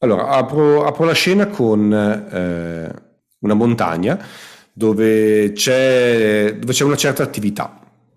Allora, apro la scena con una montagna dove c'è una certa attività.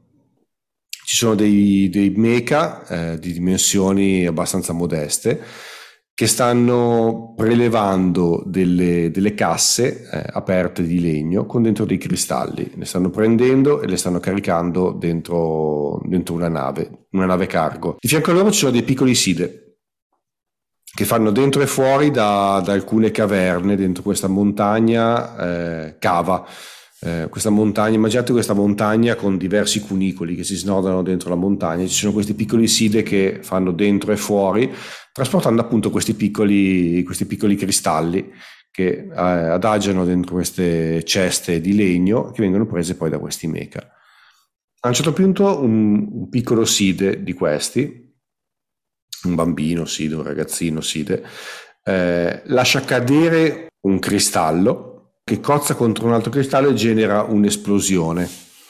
Ci sono dei mecha di dimensioni abbastanza modeste che stanno prelevando delle casse aperte di legno con dentro dei cristalli. Le stanno prendendo e le stanno caricando dentro una nave cargo. Di fianco a loro ci sono dei piccoli side che fanno dentro e fuori da alcune caverne dentro questa montagna cava. Questa montagna, immaginate questa montagna con diversi cunicoli che si snodano dentro la montagna, ci sono questi piccoli side che fanno dentro e fuori, trasportando appunto questi piccoli cristalli che adagiano dentro queste ceste di legno che vengono prese poi da questi mecha. A un certo punto un piccolo side di questi, un bambino side, un ragazzino side, lascia cadere un cristallo che cozza contro un altro cristallo e genera un'esplosione.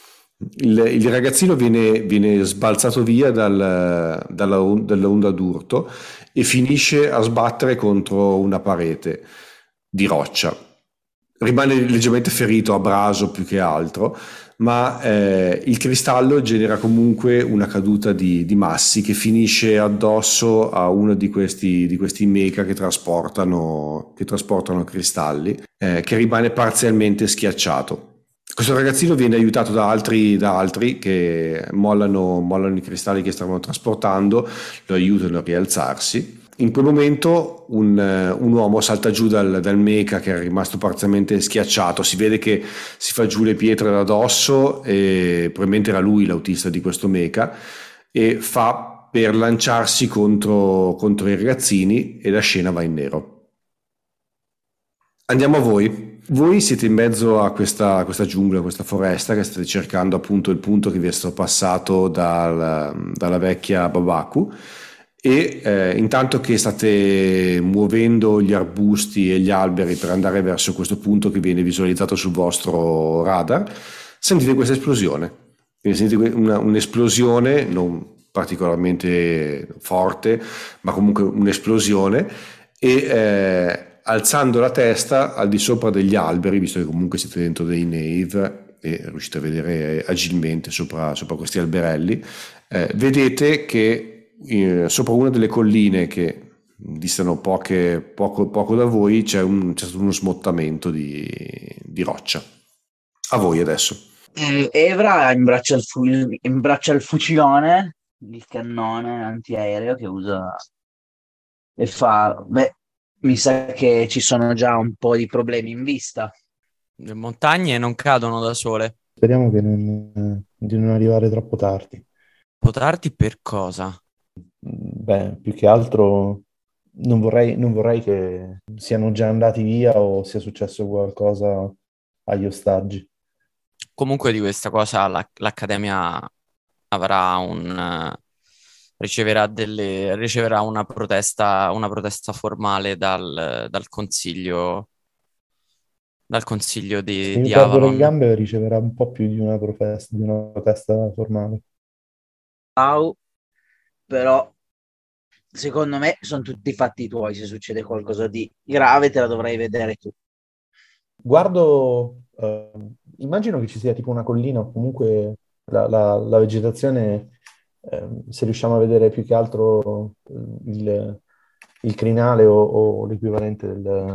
Il ragazzino viene sbalzato via dall'onda d'urto e finisce a sbattere contro una parete di roccia. Rimane leggermente ferito, abraso più che altro, ma il cristallo genera comunque una caduta di massi che finisce addosso a uno di questi mecha che trasportano cristalli, che rimane parzialmente schiacciato. Questo ragazzino viene aiutato da altri che mollano i cristalli che stavano trasportando, lo aiutano a rialzarsi. In quel momento un uomo salta giù dal mecha che era rimasto parzialmente schiacciato, si vede che si fa giù le pietre da dosso e probabilmente era lui l'autista di questo mecha e fa per lanciarsi contro i ragazzini e la scena va in nero. Andiamo a voi. Voi siete in mezzo a questa giungla, a questa foresta che state cercando appunto il punto che vi è stato passato dalla vecchia Babaku e intanto che state muovendo gli arbusti e gli alberi per andare verso questo punto che viene visualizzato sul vostro radar, sentite questa esplosione. Quindi sentite un'esplosione non particolarmente forte, ma comunque un'esplosione e alzando la testa al di sopra degli alberi, visto che comunque siete dentro dei nave e riuscite a vedere agilmente sopra questi alberelli, vedete che sopra una delle colline che distano poco da voi c'è stato uno smottamento di roccia. A voi adesso. Evra imbraccia il fucilone, il cannone antiaereo che usa e fa, beh, mi sa che ci sono già un po' di problemi in vista. Le montagne non cadono da sole. Speriamo di non arrivare troppo tardi. Potardi per cosa? Beh, più che altro non vorrei che siano già andati via o sia successo qualcosa agli ostaggi. Comunque di questa cosa l'Accademia avrà riceverà una protesta formale dal consiglio Se di mi perdo le Avalon. gambe riceverà un po' più di una protesta formale. Au, però secondo me sono tutti fatti tuoi. Se succede qualcosa di grave te la dovrai vedere tu. Guardo, immagino che ci sia tipo una collina o comunque la vegetazione, se riusciamo a vedere più che altro il crinale o l'equivalente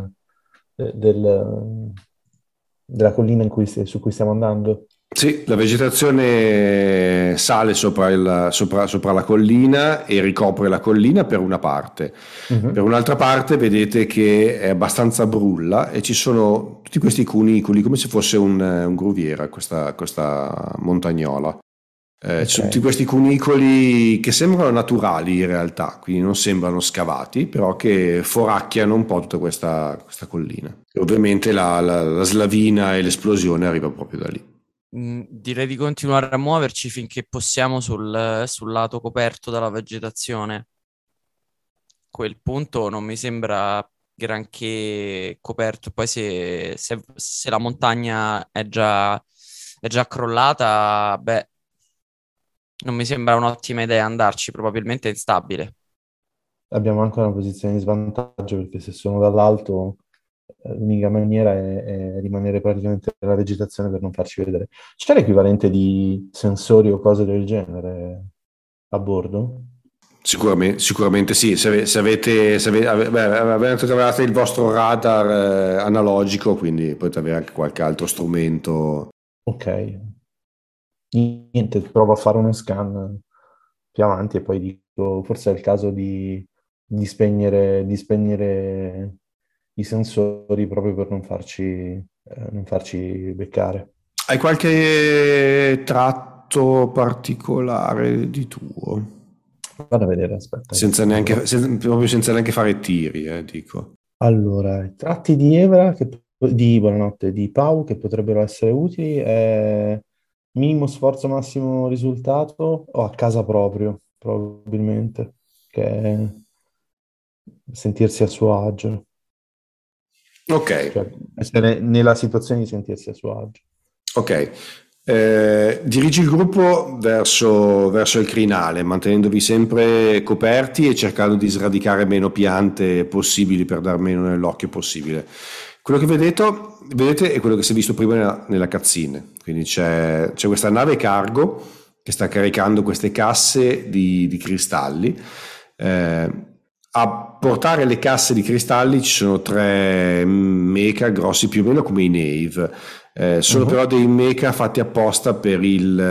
della collina su cui stiamo andando. Sì, la vegetazione sale sopra la collina e ricopre la collina per una parte. Per Mhm. un'altra parte vedete che è abbastanza brulla e ci sono tutti questi cunicoli, come se fosse un gruviera, questa montagnola. Ci Ok. sono tutti questi cunicoli che sembrano naturali in realtà, quindi non sembrano scavati, però che foracchiano un po' tutta questa collina. E ovviamente la slavina e l'esplosione arriva proprio da lì. Direi di continuare a muoverci finché possiamo sul lato coperto dalla vegetazione. Quel punto non mi sembra granché coperto. Poi se la montagna è già crollata, beh, non mi sembra un'ottima idea andarci, probabilmente è instabile. abbiamo anche una posizione di svantaggio perché se sono dall'alto l'unica maniera è rimanere praticamente nella vegetazione per non farci vedere. C'è l'equivalente di sensori o cose del genere a bordo? Sicuramente sì, se avete il vostro radar analogico, quindi potete avere anche qualche altro strumento. Ok. Niente, provo a fare uno scan più avanti e poi dico, forse è il caso di spegnere i sensori proprio per non farci beccare. Hai qualche tratto particolare di tuo? Vado a vedere, aspetta. Proprio senza neanche fare tiri, dico. Allora, i tratti di Evra, buonanotte, di Pau che potrebbero essere utili è minimo sforzo, massimo risultato o a casa proprio, probabilmente, che è sentirsi a suo agio, Ok. cioè essere nella situazione di sentirsi a suo agio. Ok, dirigi il gruppo verso il crinale, mantenendovi sempre coperti e cercando di sradicare meno piante possibili per dar meno nell'occhio possibile. Quello che vedete è quello che si è visto prima nella cutscene, quindi c'è questa nave cargo che sta caricando queste casse di cristalli. A portare le casse di cristalli ci sono 3 mecha grossi più o meno come i Nave. Sono però dei mecha fatti apposta per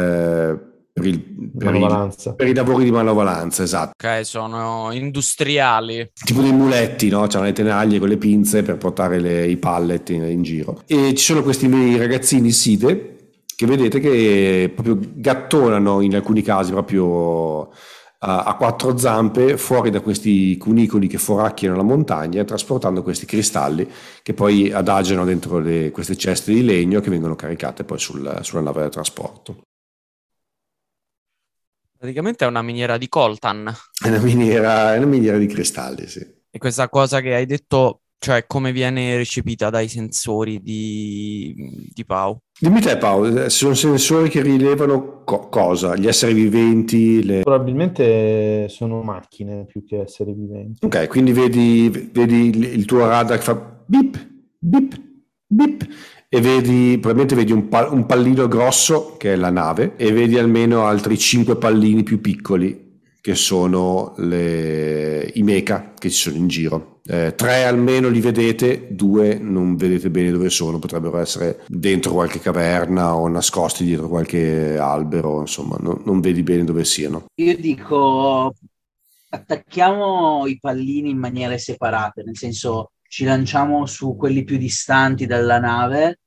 Manovalanza. per i lavori di manovalanza, esatto. Ok, sono industriali. Tipo dei muletti, no? C'hanno le tenaglie con le pinze per portare i pallet in giro. E ci sono questi ragazzini side che vedete che proprio gattonano in alcuni casi proprio a 4 zampe fuori da questi cunicoli che foracchiano la montagna, trasportando questi cristalli che poi adagiano dentro queste ceste di legno che vengono caricate poi sulla nave da trasporto. Praticamente è una miniera di coltan. È una miniera di cristalli, sì. E questa cosa che hai detto, cioè come viene recepita dai sensori di Pau? Dimmi te Paolo, sono sensori che rilevano cosa? Gli esseri viventi? Probabilmente sono macchine più che esseri viventi. Ok, quindi vedi il tuo radar che fa bip, bip, bip e probabilmente vedi un pallino grosso che è la nave e vedi almeno altri 5 pallini più piccoli che sono i mecha che ci sono in giro. 3 almeno li vedete, 2 non vedete bene dove sono, potrebbero essere dentro qualche caverna o nascosti dietro qualche albero, insomma, non vedi bene dove siano. Io dico, attacchiamo i pallini in maniere separate, nel senso ci lanciamo su quelli più distanti dalla nave,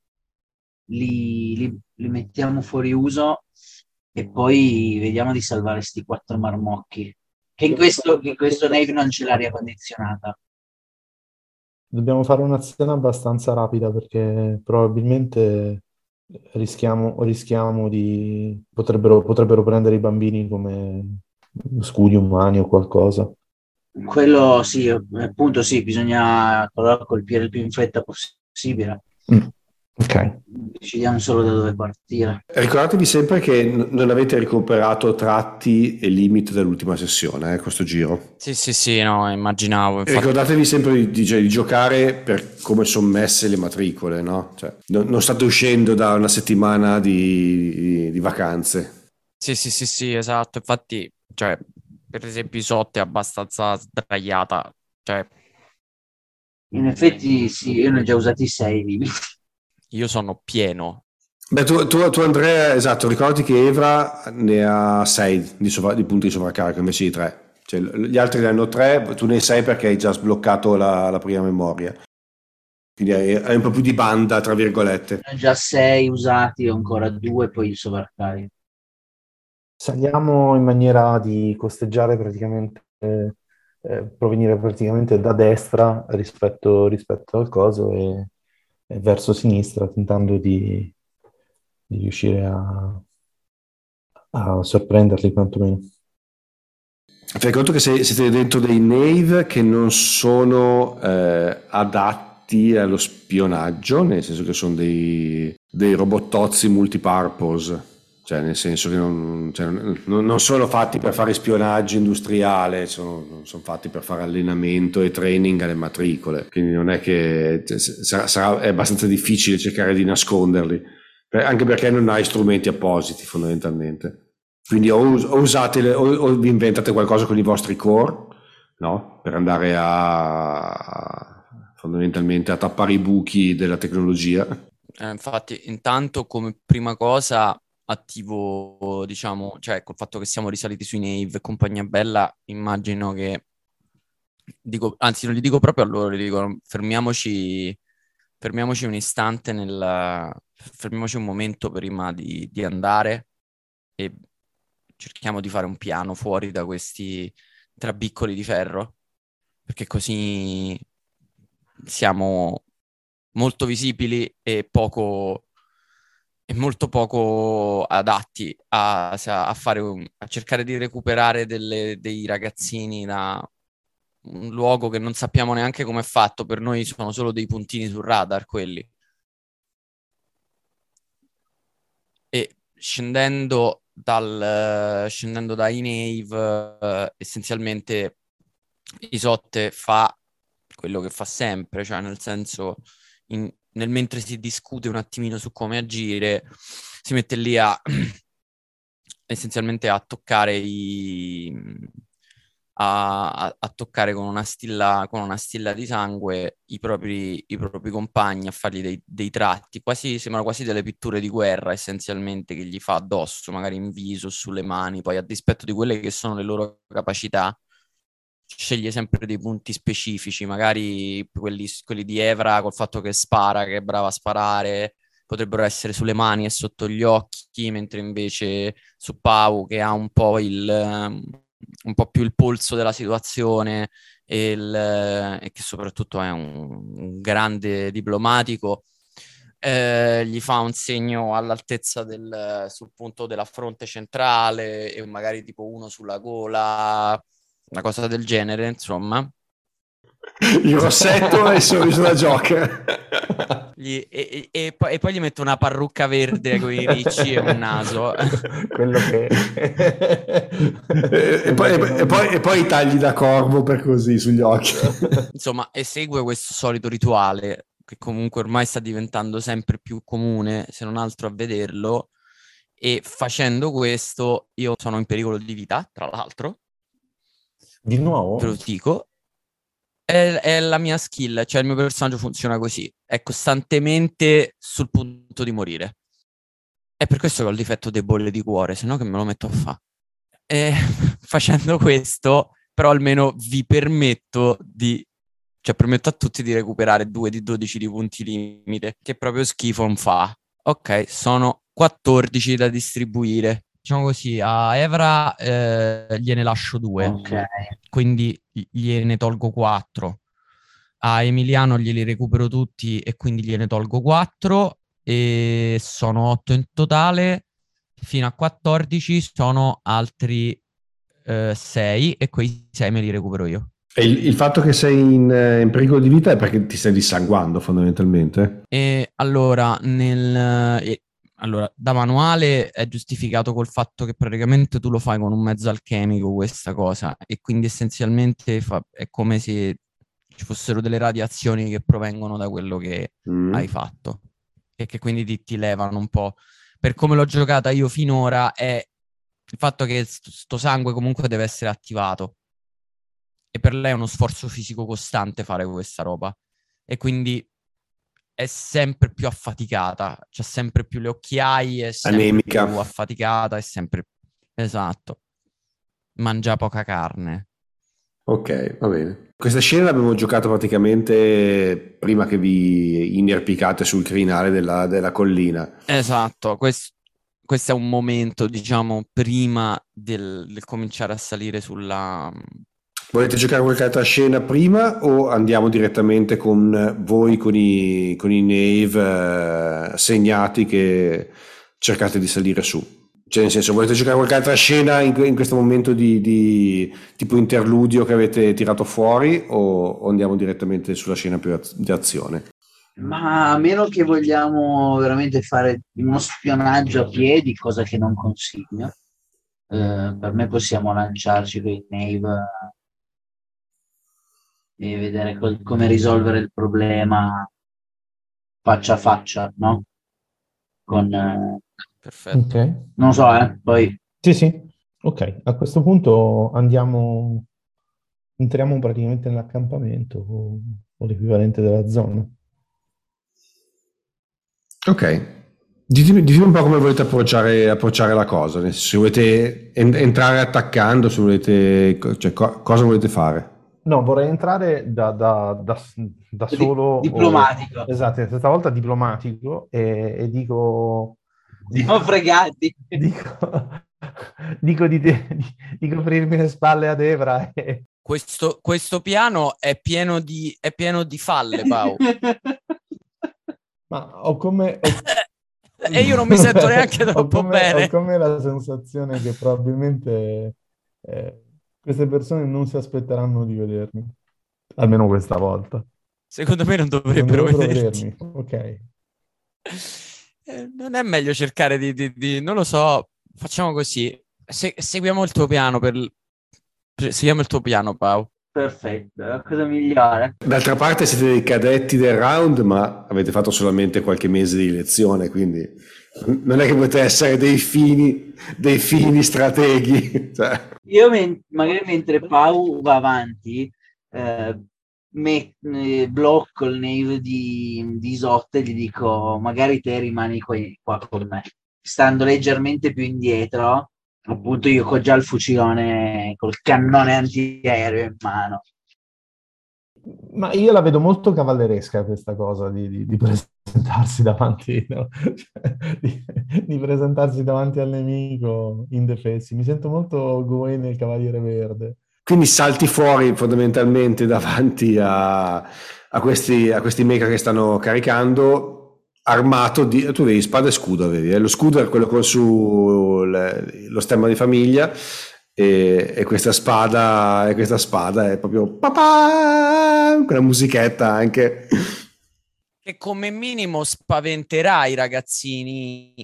li mettiamo fuori uso e poi vediamo di salvare sti 4 marmocchi. Che in questo Nave non c'è l'aria condizionata. Dobbiamo fare un'azione abbastanza rapida perché probabilmente rischiamo di... potrebbero prendere i bambini come scudi umani o qualcosa. Quello sì, appunto sì, bisogna colpire il più in fretta possibile. Ok. Decidiamo solo da dove partire. Ricordatevi sempre che non avete recuperato tratti e limite dall'ultima sessione, questo giro. Sì, no, immaginavo. Infatti... Ricordatevi sempre di giocare per come sono messe le matricole, no? Cioè, non state uscendo da una settimana di vacanze. Sì, esatto. Infatti, cioè, per esempio, Isotte è abbastanza sdraiata. Cioè, In effetti sì, io ne ho già usati 6 limiti. io sono pieno. Beh, tu Andrea, esatto, ricordi che Evra ne ha 6 di punti di sovraccarico invece di 3. Cioè, gli altri ne hanno 3, tu ne hai 6 perché hai già sbloccato la prima memoria. Quindi hai un po' più di banda, tra virgolette. Ne ho già 6 usati, ho ancora 2, poi il sovraccarico. Saliamo in maniera di costeggiare praticamente, provenire praticamente da destra rispetto al coso e verso sinistra, tentando di riuscire a sorprenderli quantomeno. Fai conto che siete dentro dei Nave che non sono adatti allo spionaggio, nel senso che sono dei robottozzi multipurpose. cioè nel senso che non sono fatti per fare spionaggio industriale, sono fatti per fare allenamento e training alle matricole, quindi non è che è abbastanza difficile cercare di nasconderli, anche perché non hai strumenti appositi fondamentalmente. Quindi o vi inventate qualcosa con i vostri core, no? Per andare fondamentalmente a tappare i buchi della tecnologia. Infatti, intanto come prima cosa attivo, diciamo, cioè col fatto che siamo risaliti sui Nave e compagnia bella, immagino che anzi non gli dico proprio a loro, gli dico fermiamoci un istante fermiamoci un momento prima di andare e cerchiamo di fare un piano fuori da questi trabiccoli di ferro, perché così siamo molto visibili e molto poco adatti a cercare di recuperare dei ragazzini da un luogo che non sappiamo neanche come è fatto. Per noi sono solo dei puntini sul radar quelli. E scendendo dai Nave, essenzialmente Isotte fa quello che fa sempre, cioè nel senso nel mentre si discute un attimino su come agire, si mette lì essenzialmente a toccare a toccare con una stilla di sangue i propri compagni, a fargli dei tratti, sembrano quasi delle pitture di guerra essenzialmente che gli fa addosso, magari in viso, sulle mani, poi a dispetto di quelle che sono le loro capacità sceglie sempre dei punti specifici, magari quelli di Evra col fatto che spara, che è brava a sparare, potrebbero essere sulle mani e sotto gli occhi, mentre invece su Pau, che ha un po' più il polso della situazione e che soprattutto è un grande diplomatico, gli fa un segno all'altezza sul punto della fronte centrale e magari tipo uno sulla gola, una cosa del genere, insomma. Il rossetto e il sorriso da Joker. E poi gli metto una parrucca verde con i ricci e un naso. Quello che... e poi tagli da corvo per così sugli occhi. Insomma, esegue questo solito rituale che comunque ormai sta diventando sempre più comune, se non altro a vederlo, e facendo questo io sono in pericolo di vita, tra l'altro. Di nuovo? Ve lo dico. È la mia skill, cioè il mio personaggio funziona così, è costantemente sul punto di morire. È per questo che ho il difetto debole di cuore, se no che me lo metto a fare. Facendo questo, però almeno vi permetto permetto a tutti di recuperare 2 di 12 di punti limite, che proprio schifo non fa. Ok, sono 14 da distribuire. Diciamo così, a Evra gliene lascio 2. Ok. Quindi gliene tolgo 4. A Emiliano glieli recupero tutti e quindi gliene tolgo 4 e sono 8 in totale. Fino a 14 sono altri 6 e quei 6 me li recupero io. E il fatto che sei in pericolo di vita è perché ti stai dissanguando fondamentalmente? E allora, da manuale è giustificato col fatto che praticamente tu lo fai con un mezzo alchemico questa cosa e quindi essenzialmente è come se ci fossero delle radiazioni che provengono da quello che hai fatto e che quindi ti levano un po'. Per come l'ho giocata io finora è il fatto che sto sangue comunque deve essere attivato e per lei è uno sforzo fisico costante fare questa roba e quindi è sempre più affaticata, c'ha sempre più le occhiaie, è sempre anemica, più affaticata, è sempre... Esatto. Mangia poca carne. Ok, va bene. Questa scena l'abbiamo giocata praticamente prima che vi inerpicate sul crinale della collina. Esatto, questo è un momento, diciamo, prima del cominciare a salire sulla... Volete giocare qualche altra scena prima o andiamo direttamente con voi, con i Nave segnati che cercate di salire su? Cioè, nel senso, volete giocare qualche altra scena in questo momento di tipo interludio che avete tirato fuori o andiamo direttamente sulla scena più di azione? Ma a meno che vogliamo veramente fare uno spionaggio a piedi, cosa che non consiglio, per me possiamo lanciarci con i Nave e vedere come risolvere il problema faccia a faccia, no? Con, Perfetto. Ok. non so, poi Sì, sì. Ok, a questo punto entriamo praticamente nell'accampamento o l'equivalente della zona. Ok. Ditemi un po' come volete approcciare la cosa, nel senso, se volete entrare attaccando, se volete, cioè, cosa volete fare? No, vorrei entrare da solo diplomatico. esatto, questa volta diplomatico e dico, Siamo fregati. dico, dico di coprirmi le spalle ad Evra e... Questo piano è pieno di falle, Pau. Ma ho come... E io non mi sento neanche troppo Ho bene. come la sensazione che probabilmente queste persone non si aspetteranno di vedermi, almeno questa volta. Secondo me non Non dovrebbero dovrebbero vederti. vedermi, ok. Non è meglio cercare non lo so, facciamo così. Seguiamo il tuo piano seguiamo il tuo piano, Pau. Perfetto, è la cosa migliore. D'altra parte siete dei cadetti del round, ma avete fatto solamente qualche mese di lezione, quindi non è che potete essere dei fini strateghi. Cioè. Io magari mentre Pau va avanti, blocco il nave di Isotte e gli dico magari te rimani qua con me. Stando leggermente più indietro, appunto io ho già il fucilone col cannone antiaereo in mano. Ma io la vedo molto cavalleresca questa cosa di presentarsi davanti, no? di presentarsi davanti al nemico indefessi. Mi sento molto Gawain nel Cavaliere Verde. Quindi salti fuori fondamentalmente davanti a questi mecha che stanno caricando, armato di... Tu avevi spada e scudo, avevi, lo scudo è quello con su lo stemma di famiglia e questa spada è proprio papà, quella musichetta anche. Che come minimo spaventerà i ragazzini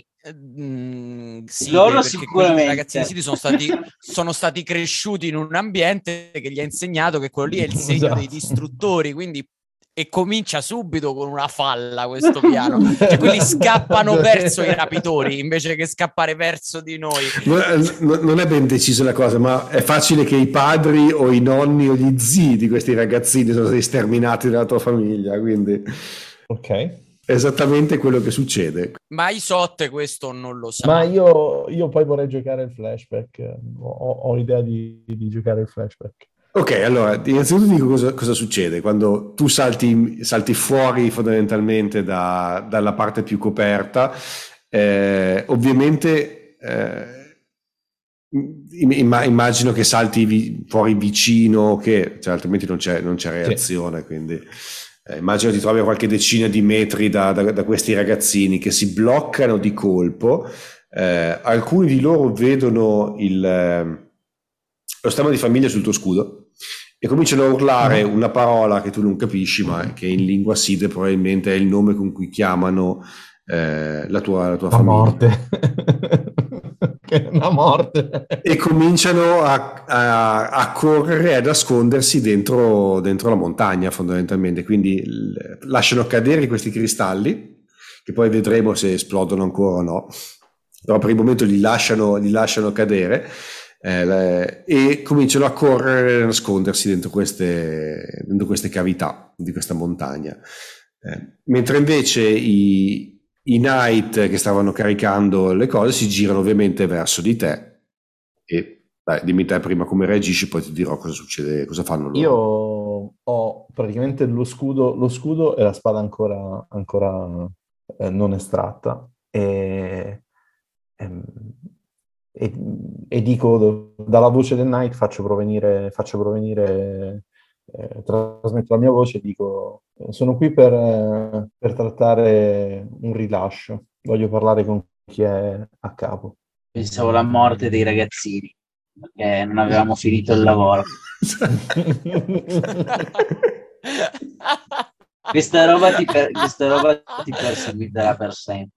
Loro perché quei sicuramente. ragazzini siti sono stati cresciuti in un ambiente che gli ha insegnato che quello lì è il segno dei distruttori, quindi e comincia subito con una falla questo piano, cioè quelli scappano verso i rapitori invece che scappare verso di noi. Non è ben decisa la cosa, ma è facile che i padri o i nonni o gli zii di questi ragazzini sono stati sterminati dalla tua famiglia, quindi Ok. è esattamente quello che succede. Ma Isotte questo non lo sa. Ma io poi vorrei giocare il flashback. Ho l'idea di giocare il flashback. Ok, allora, innanzitutto dico cosa succede quando tu salti fuori fondamentalmente dalla parte più coperta. Ovviamente immagino che salti fuori vicino, cioè, altrimenti non c'è reazione, sì. Quindi immagino ti trovi a qualche decina di metri da questi ragazzini che si bloccano di colpo. Alcuni di loro vedono lo stemma di famiglia sul tuo scudo e cominciano a urlare una parola che tu non capisci, ma che in lingua Side probabilmente è il nome con cui chiamano la tua famiglia. Morte. Che è una morte. E cominciano a correre e a nascondersi dentro la montagna fondamentalmente, quindi lasciano cadere questi cristalli che poi vedremo se esplodono ancora o no, però per il momento li lasciano cadere. E cominciano a correre e a nascondersi dentro queste cavità di questa montagna, mentre invece i Knight che stavano caricando le cose si girano ovviamente verso di te e dimmi te prima come reagisci, poi ti dirò cosa succede, cosa fanno loro. Io ho praticamente lo scudo e la spada ancora non estratta e dico dalla voce del Knight faccio provenire trasmetto la mia voce e dico sono qui per trattare un rilascio, voglio parlare con chi è a capo. Pensavo alla morte dei ragazzini perché non avevamo finito il lavoro. questa roba ti perseguiterà per sempre.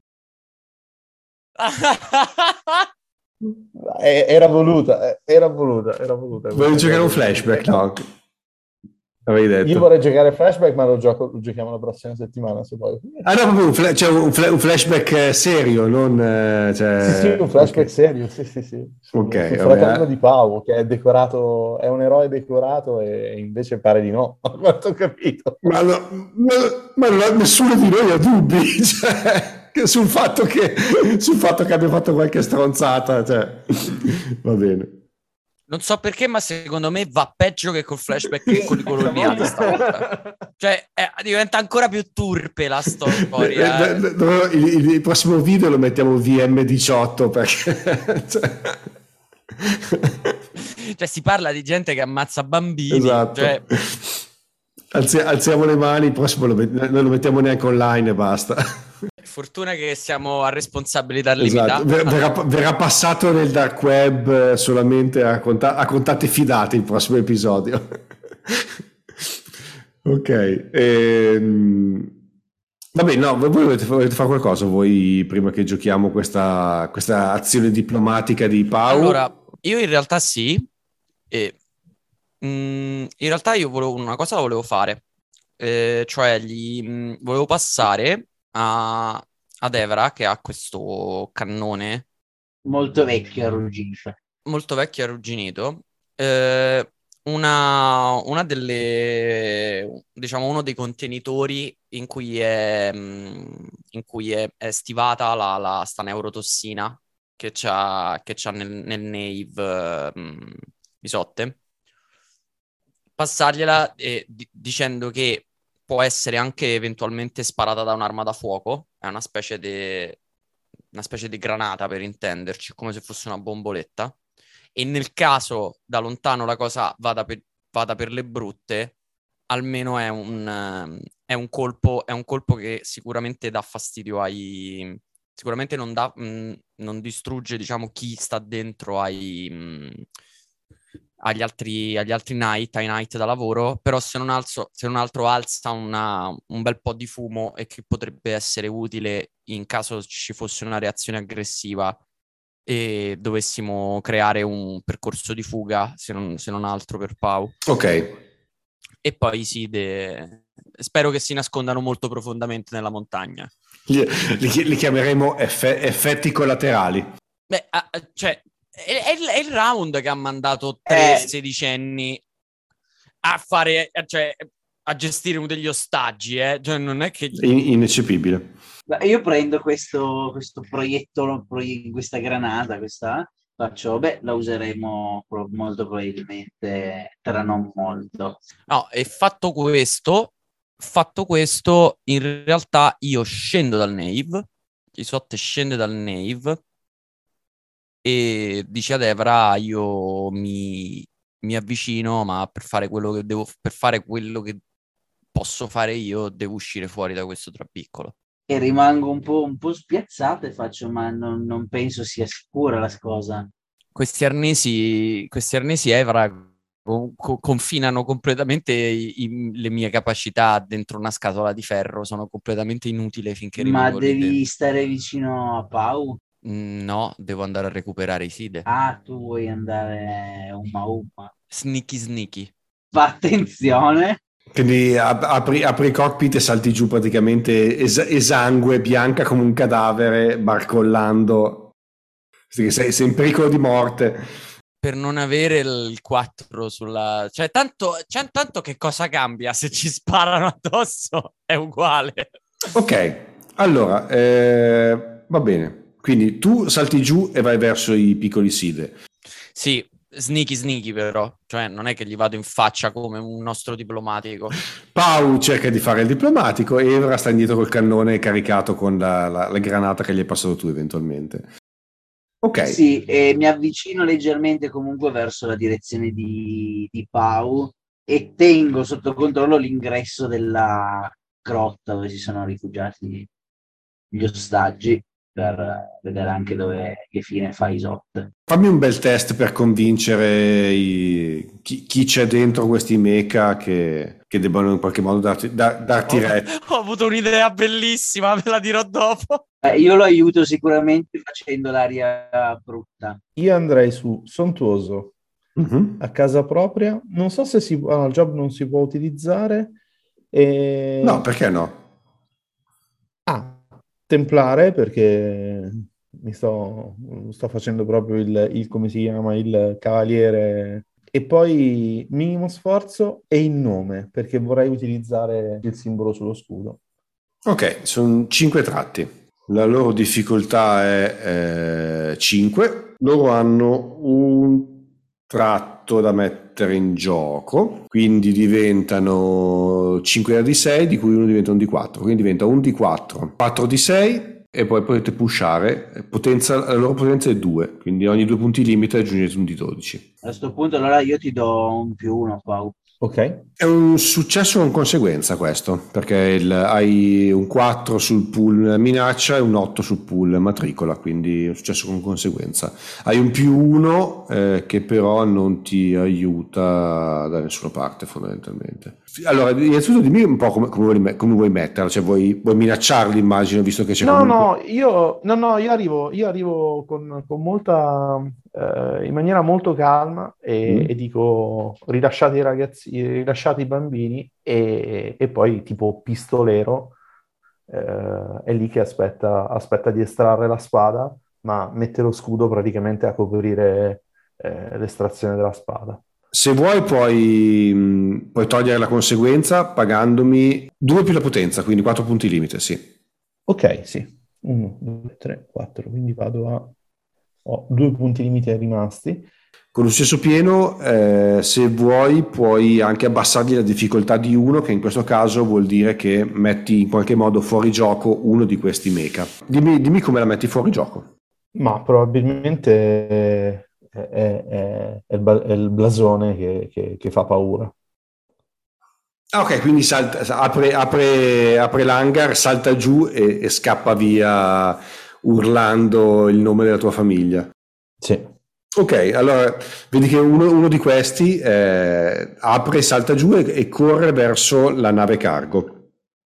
Era voluta. Vuoi giocare un flashback, no? Avevi detto. Io vorrei giocare flashback, ma lo giochiamo la prossima settimana, se vuoi. Ah no, proprio un flashback serio, non... Sì, un flashback serio, sì. Ok, Sul fratello di Pau, che è decorato, è un eroe decorato e invece pare di no, a quanto ho capito. Ma nessuno di noi ha dubbi, cioè, sul fatto che abbia fatto qualche stronzata, cioè, va bene. Non so perché, ma secondo me va peggio che col flashback che con i coloniali stavolta. Cioè, diventa ancora più turpe la storia. Il prossimo video lo mettiamo VM18 perché... Cioè, si parla di gente che ammazza bambini. Esatto. Cioè... Alziamo le mani, il prossimo non lo mettiamo neanche online e basta. Fortuna che siamo a responsabilità limitata. Esatto. Verrà passato nel dark web solamente a contatti fidati il prossimo episodio. Ok. Vabbè, no, voi volete fare qualcosa voi prima che giochiamo questa azione diplomatica di Pau? Allora, io in realtà sì. In realtà io una cosa la volevo fare. Cioè volevo passare ad Evra, che ha questo cannone molto vecchio, arrugginito. Molto vecchio e arrugginito. Una delle, diciamo, uno dei contenitori in cui è è stivata sta neurotossina che c'ha nel Nave Isotte. Passargliela dicendo che può essere anche eventualmente sparata da un'arma da fuoco, è una specie di granata, per intenderci, come se fosse una bomboletta, e nel caso da lontano la cosa vada per le brutte, almeno è un colpo che sicuramente dà fastidio sicuramente non distrugge, diciamo, chi sta dentro agli altri Night da lavoro, però se non altro alza un bel po' di fumo, e che potrebbe essere utile in caso ci fosse una reazione aggressiva e dovessimo creare un percorso di fuga, se non altro per Pau. Ok. E poi spero che si nascondano molto profondamente nella montagna. Li chiameremo effetti collaterali. Beh, cioè, è il round che ha mandato 3 sedicenni a fare, cioè, a gestire uno degli ostaggi, cioè, non è che... Ineccepibile. Io prendo questo proiettolo, questa granata, faccio, la useremo molto probabilmente tra non molto. No, e fatto questo, in realtà io scendo dal Nave, Isotte scende dal Nave e dice ad Evra: io mi avvicino, ma per fare quello che posso fare io, devo uscire fuori da questo trapiccolo. E rimango un po' spiazzato e faccio, ma non penso sia sicura la cosa. Questi arnesi Evra confinano completamente le mie capacità dentro una scatola di ferro, sono completamente inutile finché rimango lì dentro. Ma devi stare vicino a Pau? No, devo andare a recuperare Iside. Ah, tu vuoi andare umma. Sneaky. Fa attenzione. Quindi apri il cockpit e salti giù praticamente esangue, bianca come un cadavere, barcollando. Sei in pericolo di morte. Per non avere il 4 sulla... Cioè, tanto che cosa cambia? Se ci sparano addosso è uguale. Ok, allora, va bene. Quindi tu salti giù e vai verso i piccoli Side. Sì, sneaky però. Cioè, non è che gli vado in faccia come un nostro diplomatico. Pau cerca di fare il diplomatico e Evra sta indietro col cannone caricato con la granata che gli hai passato tu eventualmente. Ok. Sì, e mi avvicino leggermente comunque verso la direzione di Pau e tengo sotto controllo l'ingresso della grotta dove si sono rifugiati gli ostaggi. per vedere anche che fine fa Isotte. Fammi un bel test per convincere chi c'è dentro questi mecha che debbano in qualche modo darti retta. Ho avuto un'idea bellissima, ve la dirò dopo. Io lo aiuto sicuramente facendo l'aria brutta. Io andrei su sontuoso Mhm. a casa propria. Non so se il job non si può utilizzare. No, perché no? Templare, perché sto facendo proprio come si chiama, il cavaliere. E poi minimo sforzo e il nome, perché vorrei utilizzare il simbolo sullo scudo. Ok, sono 5 tratti. La loro difficoltà è 5. Loro hanno un tratto da mettere in gioco, quindi diventano 5 dadi 6, di cui uno diventa un D4, quindi diventa un D4, 4 di 6 e poi potete pushare. La loro potenza è 2, quindi ogni 2 punti limite aggiungete un D12. A questo punto allora io ti do un +1, Pau. Ok? È un successo con conseguenza questo, perché hai un 4 sul pool minaccia e un 8 sul pool matricola, quindi è un successo con conseguenza. Hai un +1 che però non ti aiuta da nessuna parte fondamentalmente. Allora, innanzitutto dimmi un po' come vuoi metterla, cioè vuoi minacciarli, immagino, visto che c'è comunque... Io arrivo con molta, in maniera molto calma e dico rilasciate i ragazzi, rilasciate i bambini e poi tipo pistolero è lì che aspetta di estrarre la spada, ma mette lo scudo praticamente a coprire l'estrazione della spada. Se vuoi puoi togliere la conseguenza pagandomi 2 più la potenza, quindi 4 punti limite, sì. Ok, sì. 1, 2, 3, 4, quindi ho 2 punti limite rimasti. Con lo stesso pieno, se vuoi, puoi anche abbassargli la difficoltà di 1, che in questo caso vuol dire che metti in qualche modo fuori gioco uno di questi mecha. Dimmi come la metti fuori gioco. Ma probabilmente è il blasone che fa paura. Ah, ok, quindi apre l'hangar, salta giù e scappa via urlando il nome della tua famiglia. Sì. Ok, allora vedi che uno di questi apre, salta giù e corre verso la nave cargo,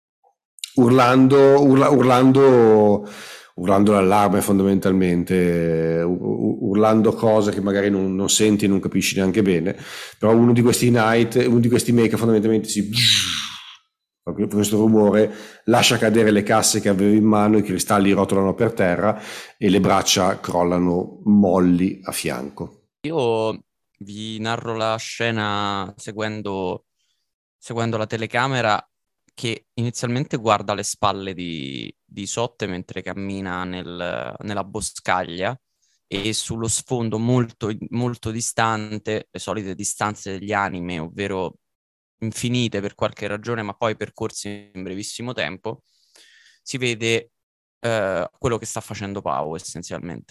urlando l'allarme fondamentalmente, urlando cose che magari non senti e non capisci neanche bene, però uno di questi mecha fondamentalmente questo rumore lascia cadere le casse che avevi in mano, i cristalli rotolano per terra e le braccia crollano molli a fianco. Io vi narro la scena seguendo la telecamera che inizialmente guarda le spalle di Sotte mentre cammina nella boscaglia e sullo sfondo molto, molto distante, le solite distanze degli anime, ovvero infinite per qualche ragione, ma poi percorsi in brevissimo tempo, si vede quello che sta facendo Pau essenzialmente.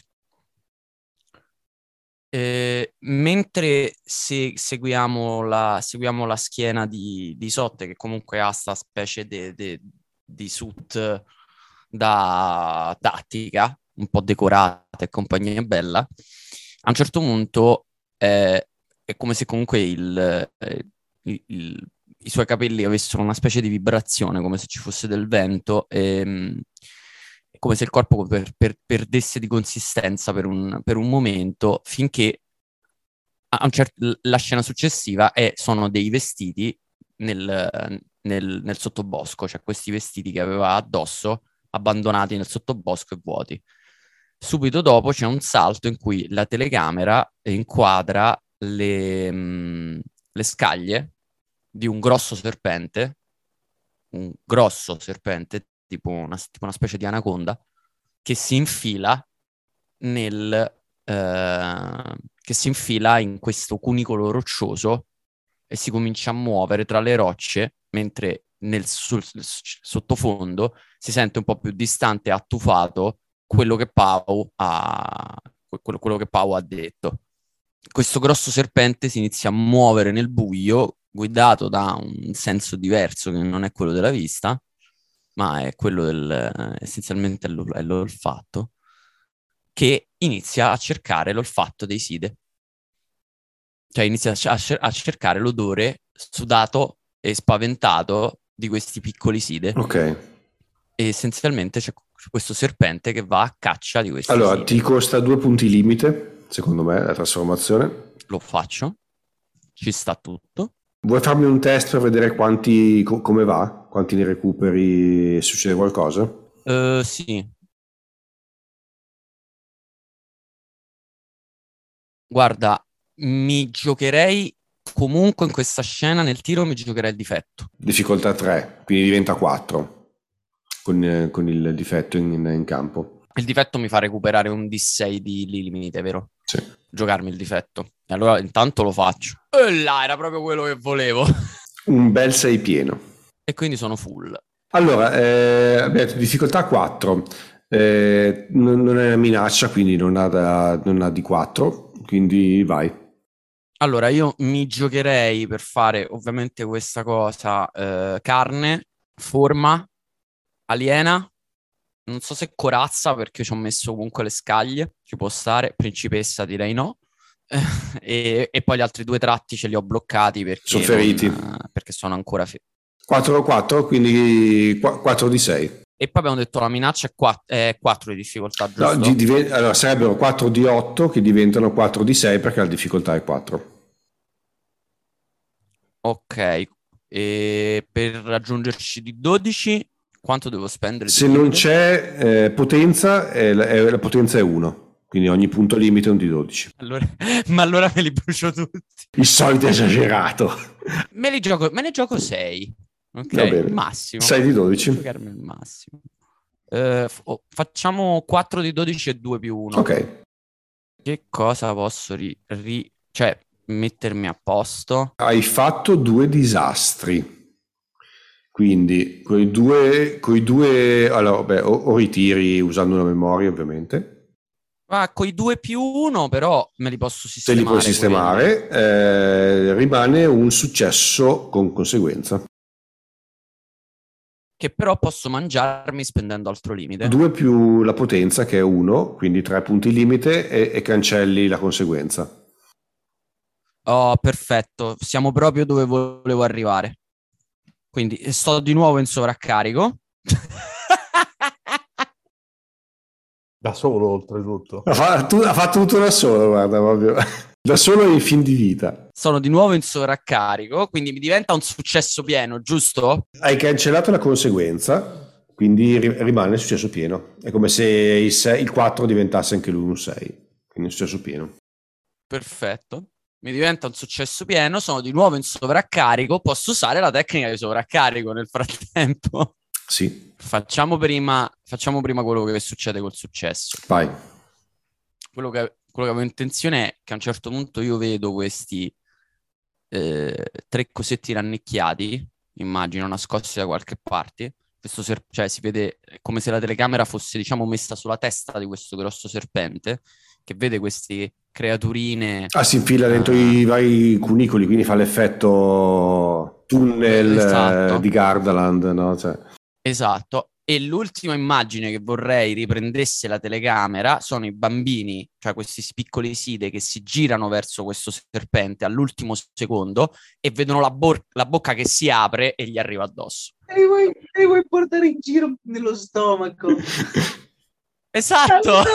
Mentre seguiamo la schiena di Sotte, che comunque ha sta specie di suit da tattica, un po' decorata e compagnia bella, a un certo punto è come se comunque i suoi capelli avessero una specie di vibrazione, come se ci fosse del vento, è come se il corpo perdesse di consistenza per un momento, finché la scena successiva sono dei vestiti nel sottobosco, cioè questi vestiti che aveva addosso, abbandonati nel sottobosco e vuoti. Subito dopo c'è un salto in cui la telecamera inquadra le scaglie di un grosso serpente, tipo una specie di anaconda, che si infila che si infila in questo cunicolo roccioso e si comincia a muovere tra le rocce, mentre sul sottofondo si sente un po' più distante e attufato quello che Pau ha detto. Questo grosso serpente si inizia a muovere nel buio, guidato da un senso diverso che non è quello della vista, ma è quello essenzialmente è l'olfatto, che inizia a cercare l'olfatto dei side. Cioè inizia a cercare l'odore sudato e spaventato di questi piccoli side. Ok. E essenzialmente c'è questo serpente che va a caccia di questi Allora, side. ti costa 2 punti limite, secondo me, la trasformazione. Lo faccio, ci sta tutto. Vuoi farmi un test per vedere quanti, come va? Quanti ne recuperi? Succede qualcosa? Sì. Guarda, mi giocherei comunque in questa scena, nel tiro mi giocherei il difetto. Difficoltà 3, quindi diventa 4 con il difetto in campo. Il difetto mi fa recuperare un D6 di limite, vero? Sì. Giocarmi il difetto. E allora intanto lo faccio. E là, era proprio quello che volevo. Un bel 6 pieno. E quindi sono full. Allora, abbiamo detto difficoltà 4. Non è una minaccia, quindi non ha di 4, quindi vai. Allora, io mi giocherei per fare ovviamente questa cosa, carne, forma, aliena, non so se corazza perché ci ho messo comunque le scaglie, ci può stare, principessa direi no, e poi gli altri 2 tratti ce li ho bloccati perché, Sono feriti. Perché sono ancora 4, quindi 4 di 6. E poi abbiamo detto la minaccia è 4 di difficoltà, giusto? No, allora sarebbero 4 di 8 che diventano 4 di 6 perché la difficoltà è 4. Ok, e per raggiungerci di 12, quanto devo spendere? Se non c'è potenza, la potenza è 1, quindi ogni punto limite è un di 12. Ma allora me li brucio tutti. Il solito esagerato. Me ne gioco 6. Ok, Va bene. il massimo. 6 di 12. Giocarmi il massimo. Facciamo 4 di 12 e 2 più 1. Ok. Che cosa posso cioè mettermi a posto? Hai fatto 2 disastri. Quindi coi due allora, beh, o ritiri usando una memoria, ovviamente. Ma coi 2 più 1 però me li posso Se sistemare. li puoi sistemare, rimane un successo con conseguenza. Che però posso mangiarmi spendendo altro limite. 2 più la potenza, che è 1, quindi 3 punti limite e cancelli la conseguenza. Oh, perfetto. Siamo proprio dove volevo arrivare. Quindi sto di nuovo in sovraccarico. Da solo, oltretutto. Ha fatto tutto da solo, guarda, proprio. Da solo in fin di vita. Sono di nuovo in sovraccarico, quindi mi diventa un successo pieno, giusto? Hai cancellato la conseguenza, quindi rimane il successo pieno. È come se il 4 diventasse anche lui un 6, quindi un successo pieno. Perfetto. Mi diventa un successo pieno, sono di nuovo in sovraccarico, posso usare la tecnica di sovraccarico nel frattempo. Sì. Facciamo prima quello che succede col successo. Vai. Quello che avevo intenzione è che a un certo punto io vedo questi 3 cosetti rannicchiati, immagino, nascosti da qualche parte. Cioè si vede come se la telecamera fosse, diciamo, messa sulla testa di questo grosso serpente, che vede queste creaturine. Si infila dentro i vari cunicoli, quindi fa l'effetto tunnel, esatto. Di Gardaland, no? Cioè. Esatto. E l'ultima immagine che vorrei riprendesse la telecamera sono i bambini, cioè questi piccoli side che si girano verso questo serpente all'ultimo secondo e vedono la bocca che si apre e gli arriva addosso. E li vuoi portare in giro nello stomaco. Esatto!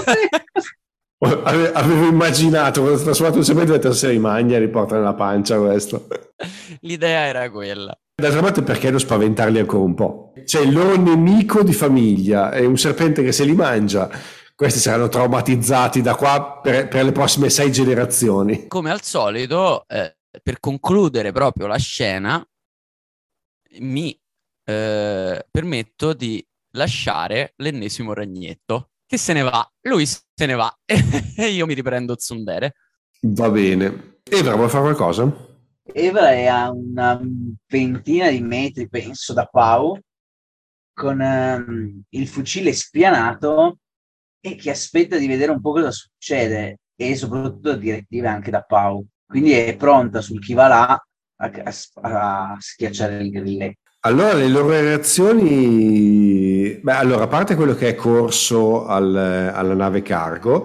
Avevo immaginato, quando ho trasformato il serpente, ho detto se rimagna e riporta nella pancia questo. L'idea era quella. D'altra parte, perché non spaventarli ancora un po'? Cioè, il loro nemico di famiglia è un serpente che se li mangia, questi saranno traumatizzati da qua per le prossime 6 generazioni. Come al solito, per concludere proprio la scena, mi permetto di lasciare l'ennesimo ragnetto che se ne va, lui se ne va e io mi riprendo Tsundere. Va bene. Evra, vuoi fare qualcosa? Evra è a una ventina di metri, penso, da Pau, con il fucile spianato e che aspetta di vedere un po' cosa succede e soprattutto direttive anche da Pau. Quindi è pronta sul chi va là a schiacciare il grilletto. Allora, le loro reazioni, beh, allora, a parte quello che è corso alla nave cargo,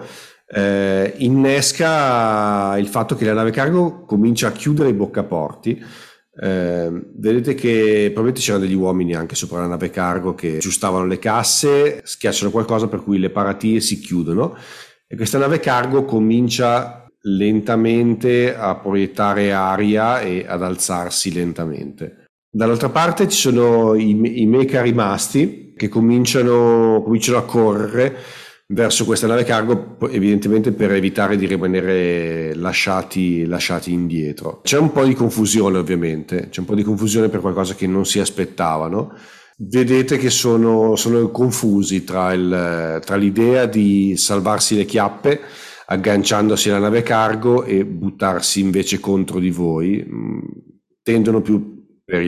innesca il fatto che la nave cargo comincia a chiudere i boccaporti. Vedete che probabilmente c'erano degli uomini anche sopra la nave cargo che aggiustavano le casse, schiacciano qualcosa per cui le paratie si chiudono e questa nave cargo comincia lentamente a proiettare aria e ad alzarsi lentamente. Dall'altra parte ci sono i mecha rimasti che cominciano a correre verso questa nave cargo, evidentemente per evitare di rimanere lasciati indietro. C'è un po' di confusione, ovviamente, c'è un po' di confusione per qualcosa che non si aspettavano. Vedete che sono confusi tra l'idea di salvarsi le chiappe agganciandosi alla nave cargo e buttarsi invece contro di voi. Tendono più per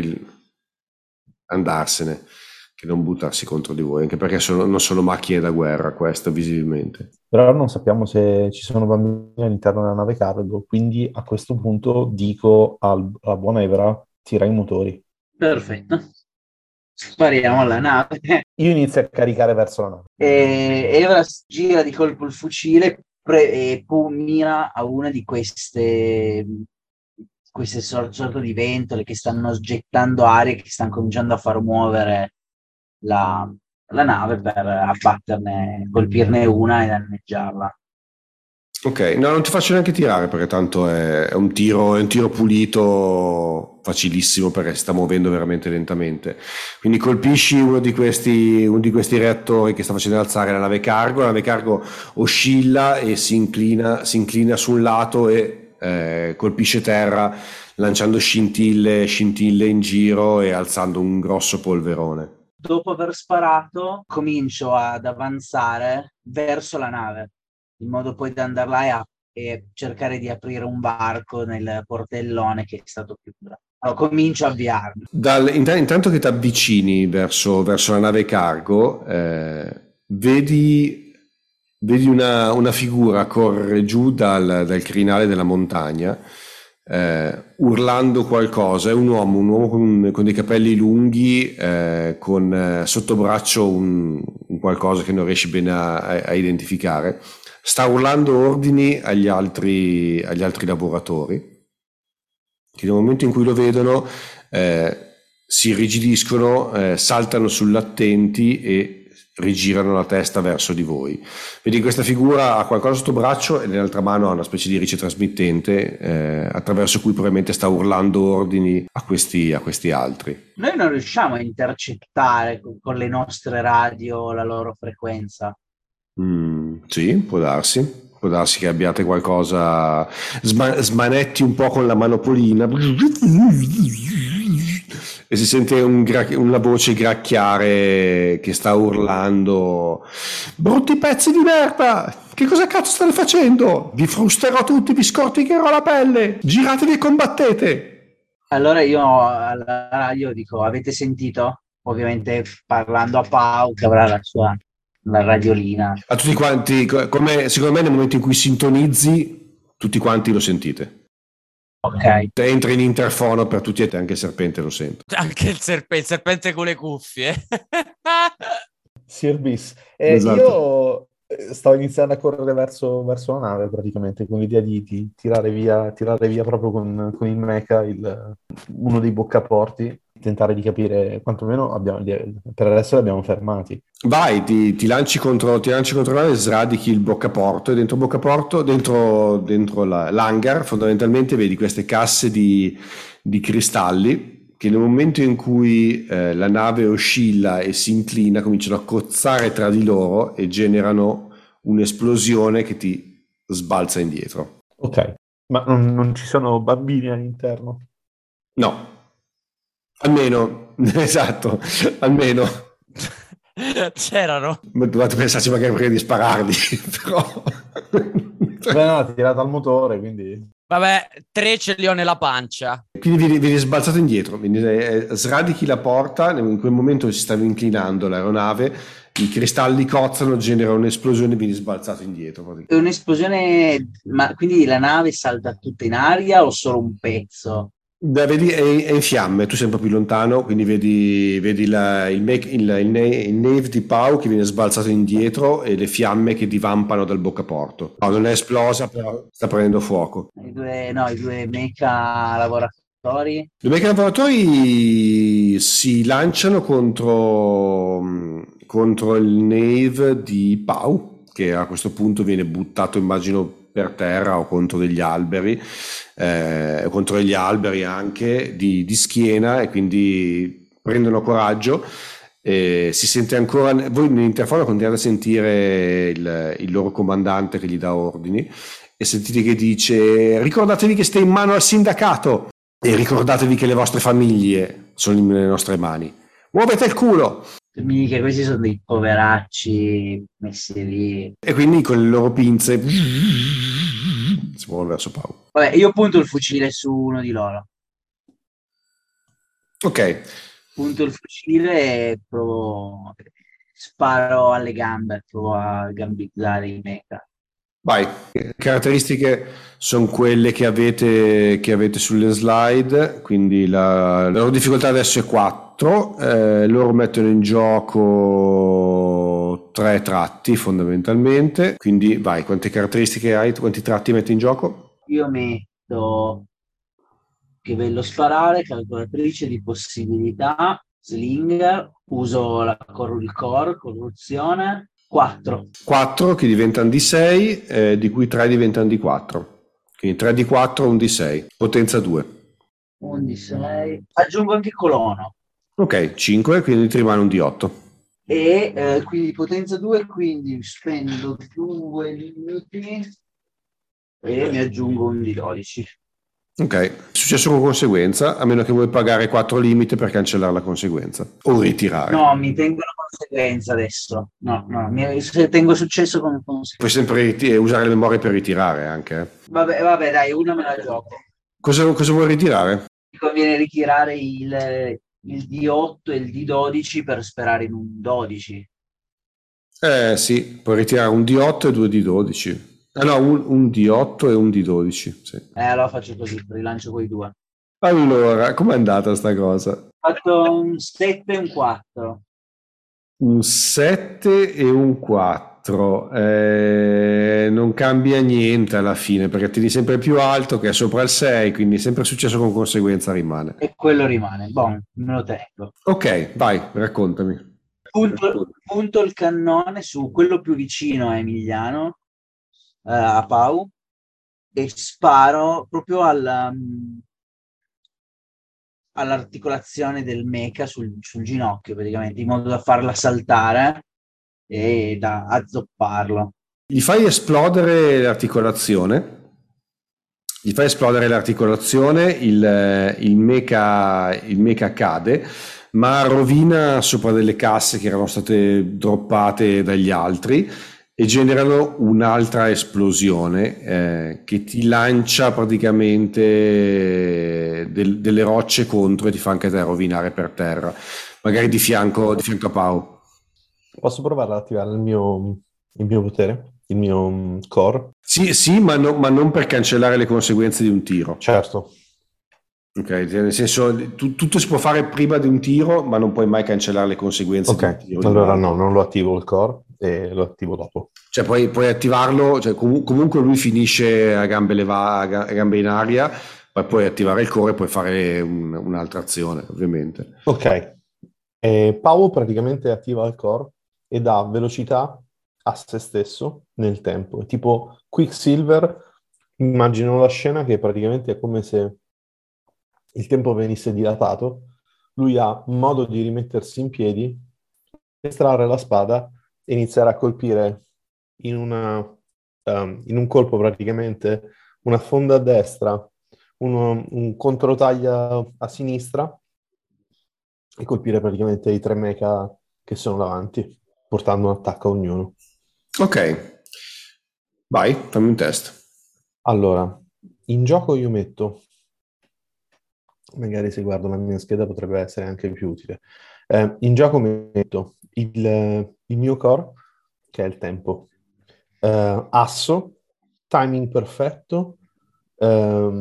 andarsene che non buttarsi contro di voi, anche perché non sono macchine da guerra, questo visibilmente. Però non sappiamo se ci sono bambini all'interno della nave cargo, quindi a questo punto dico alla buona Evra, tira i motori. Perfetto. Spariamo alla nave. Io inizio a caricare verso la nave. E Evra gira di colpo il fucile e mira a una di queste sorte di ventole che stanno gettando aria, che stanno cominciando a far muovere la nave per colpirne una e danneggiarla. Ok, no, non ti faccio neanche tirare perché tanto è un tiro facilissimo perché si sta muovendo veramente lentamente. Quindi colpisci uno di questi reattori che sta facendo alzare la nave cargo oscilla e si inclina su un lato e colpisce terra lanciando scintille in giro e alzando un grosso polverone. Dopo aver sparato, comincio ad avanzare verso la nave, in modo poi da andare là e cercare di aprire un varco nel portellone che è stato chiuso. Allora, comincio a avviarmi. Intanto che ti avvicini verso la nave cargo, vedi una figura correre giù dal crinale della montagna, urlando qualcosa. È un uomo con dei capelli lunghi, con sotto braccio un qualcosa che non riesci bene a identificare. Sta urlando ordini agli altri lavoratori che nel momento in cui lo vedono si irrigidiscono, saltano sull'attenti e rigirano la testa verso di voi. Vedi questa figura ha qualcosa sotto braccio e nell'altra mano ha una specie di ricetrasmittente attraverso cui probabilmente sta urlando ordini a questi altri. Noi non riusciamo a intercettare con le nostre radio la loro frequenza. Sì, può darsi che abbiate qualcosa, smanetti un po' con la manopolina e si sente una voce gracchiare che sta urlando: brutti pezzi di merda, che cosa cazzo state facendo? Vi frusterò tutti, vi scorticherò la pelle, giratevi e combattete. Allora io alla radio dico: avete sentito? Ovviamente parlando a Pau che avrà la radiolina. A tutti quanti, secondo me nel momento in cui sintonizzi tutti quanti lo sentite. Ok. Entra in interfono per tutti e te, anche il serpente lo sente. Anche il serpente con le cuffie. Sir Bis. Esatto. Io stavo iniziando a correre verso la nave praticamente, con l'idea di tirare via proprio con il mecha uno dei boccaporti, tentare di capire, quantomeno per adesso li abbiamo fermati. Vai, ti lanci contro la nave, sradichi il boccaporto e dentro l'hangar fondamentalmente vedi queste casse di cristalli che nel momento in cui la nave oscilla e si inclina cominciano a cozzare tra di loro e generano un'esplosione che ti sbalza indietro. Ok, ma non ci sono bambini all'interno? No, almeno, esatto, almeno. C'erano. Dovete pensarci magari prima di spararli, però... Beh, no, ti tirato al motore, quindi... Vabbè, 3 ce li ho nella pancia. Quindi vieni sbalzato indietro, quindi sradichi la porta, in quel momento si stava inclinando l'aeronave, i cristalli cozzano, generano un'esplosione e vieni sbalzato indietro. È un'esplosione, ma quindi la nave salta tutta in aria o solo un pezzo? Beh, vedi, è in fiamme, tu sei un po' più lontano, quindi vedi il Nave di Pau che viene sbalzato indietro e le fiamme che divampano dal boccaporto. No, non è esplosa, però sta prendendo fuoco. I due mecha lavoratori. I miei lavoratori si lanciano contro il Nave di Pau, che a questo punto viene buttato, immagino, per terra o contro degli alberi, contro degli alberi anche di schiena, e quindi prendono coraggio. Si sente ancora, voi nell'interfono continuate a sentire il loro comandante che gli dà ordini, e sentite che dice: ricordatevi che stai in mano al sindacato e ricordatevi che le vostre famiglie sono nelle nostre mani. Muovete il culo! Che questi sono dei poveracci messi lì. E quindi con le loro pinze si muovono verso Paolo. Vabbè, io punto il fucile su uno di loro. Ok, Punto il fucile e provo. Sparo alle gambe, provo a gambizzare i mecha. vai. Le caratteristiche sono quelle che avete sulle slide, quindi la loro difficoltà adesso è 4. Loro mettono in gioco 3 tratti fondamentalmente, quindi vai, quante caratteristiche hai? Quanti tratti metti in gioco? Io metto che bello sparare, calcolatrice di possibilità, slinger, uso il core, corruzione, 4. 4 che diventano di 6, di cui 3 diventano di 4. Quindi 3 di 4, 1 di 6, potenza 2. 11, aggiungo anche colono. Ok, 5, quindi ti rimane un di 8. E quindi potenza 2, quindi spendo 2 limiti e mi aggiungo un di 12. Ok, è successo con conseguenza, a meno che vuoi pagare 4 limite per cancellare la conseguenza o ritirare. No, mi tengo la conseguenza adesso. No, se tengo successo come conseguenza. Puoi sempre usare le memorie per ritirare anche. Vabbè, dai, una me la gioco. Cosa vuoi ritirare? Mi conviene ritirare il D8 e il D12 per sperare in un 12. Sì, puoi ritirare un di 8 e 2 di 12. Ah no, un di 8 e un di 12. Sì. Allora faccio così, rilancio quei due. Allora, com'è andata sta cosa? Ho fatto un 7 e un 4. Un 7 e un 4. Non cambia niente alla fine perché tieni sempre più alto, che è sopra il 6, quindi sempre successo con conseguenza rimane. E quello rimane. Boh, me lo tengo. Ok, vai, raccontami. Punto il cannone su quello più vicino a Emiliano, a Pau, e sparo proprio all'articolazione del mecha sul ginocchio, praticamente, in modo da farla saltare e da azzopparlo. Gli fai esplodere l'articolazione. Il mecha cade, ma rovina sopra delle casse che erano state droppate dagli altri e generano un'altra esplosione che ti lancia praticamente delle rocce contro e ti fa anche te rovinare per terra, magari di fianco a Pau. Posso provare ad attivare il mio potere, il mio core? Sì, ma non per cancellare le conseguenze di un tiro. Certo. Ok, nel senso, tutto si può fare prima di un tiro, ma non puoi mai cancellare le conseguenze di un Ok, tiro. allora no, non lo attivo il core e lo attivo dopo. Cioè, puoi attivarlo, cioè, comunque lui finisce a gambe a gambe in aria, poi puoi attivare il core e puoi fare un'altra azione, ovviamente. Ok, Pau praticamente attiva il core e dà velocità a se stesso nel tempo. Tipo Quicksilver, immagino la scena che praticamente è come se il tempo venisse dilatato, lui ha un modo di rimettersi in piedi, estrarre la spada e iniziare a colpire in un colpo praticamente una fonda a destra, un controtaglia a sinistra e colpire praticamente i tre mecha che sono davanti, portando un attacco a ognuno. Ok, vai, fammi un test. Allora, in gioco io metto, magari se guardo la mia scheda potrebbe essere anche più utile, in gioco metto il mio core, che è il tempo, asso, timing perfetto,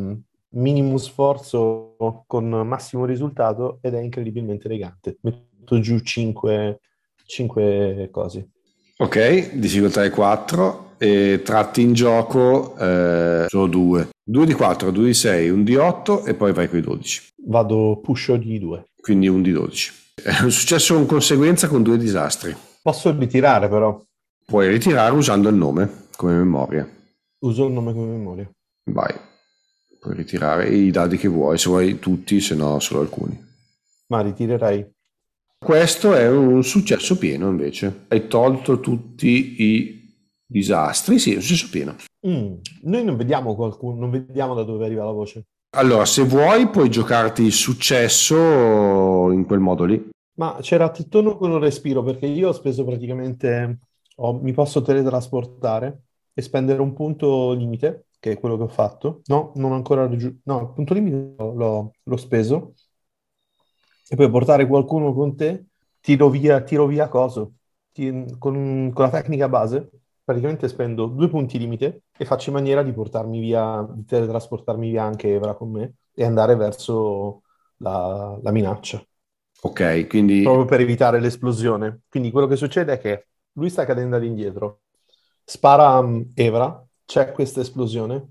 minimo sforzo con massimo risultato ed è incredibilmente elegante. Metto giù 5 cose. Ok, difficoltà è 4 e tratti in gioco solo 2. 2 di 4, 2 di 6, 1 di 8 e poi vai con i 12. Vado pusho di 2. Quindi 1 di 12. È un successo con conseguenza con 2 disastri. Posso ritirare però. Puoi ritirare usando il nome come memoria. Uso il nome come memoria. Vai. Puoi ritirare i dadi che vuoi, se vuoi tutti, se no solo alcuni. Ma ritirerei. Questo è un successo pieno invece. Hai tolto tutti i disastri. Sì, è un successo pieno. Noi non vediamo qualcuno, non vediamo da dove arriva la voce. Allora, se vuoi puoi giocarti il successo in quel modo lì. Ma c'era tutto quello respiro perché io ho speso praticamente, mi posso teletrasportare e spendere un punto limite, che è quello che ho fatto. No, non ho ancora no, il punto limite l'ho speso. E poi portare qualcuno con te, tiro via coso. Con la tecnica base, praticamente spendo 2 punti limite e faccio in maniera di portarmi via, di teletrasportarmi via anche Evra con me e andare verso la minaccia. Ok, quindi... Proprio per evitare l'esplosione. Quindi quello che succede è che lui sta cadendo all'indietro, spara a Evra, c'è questa esplosione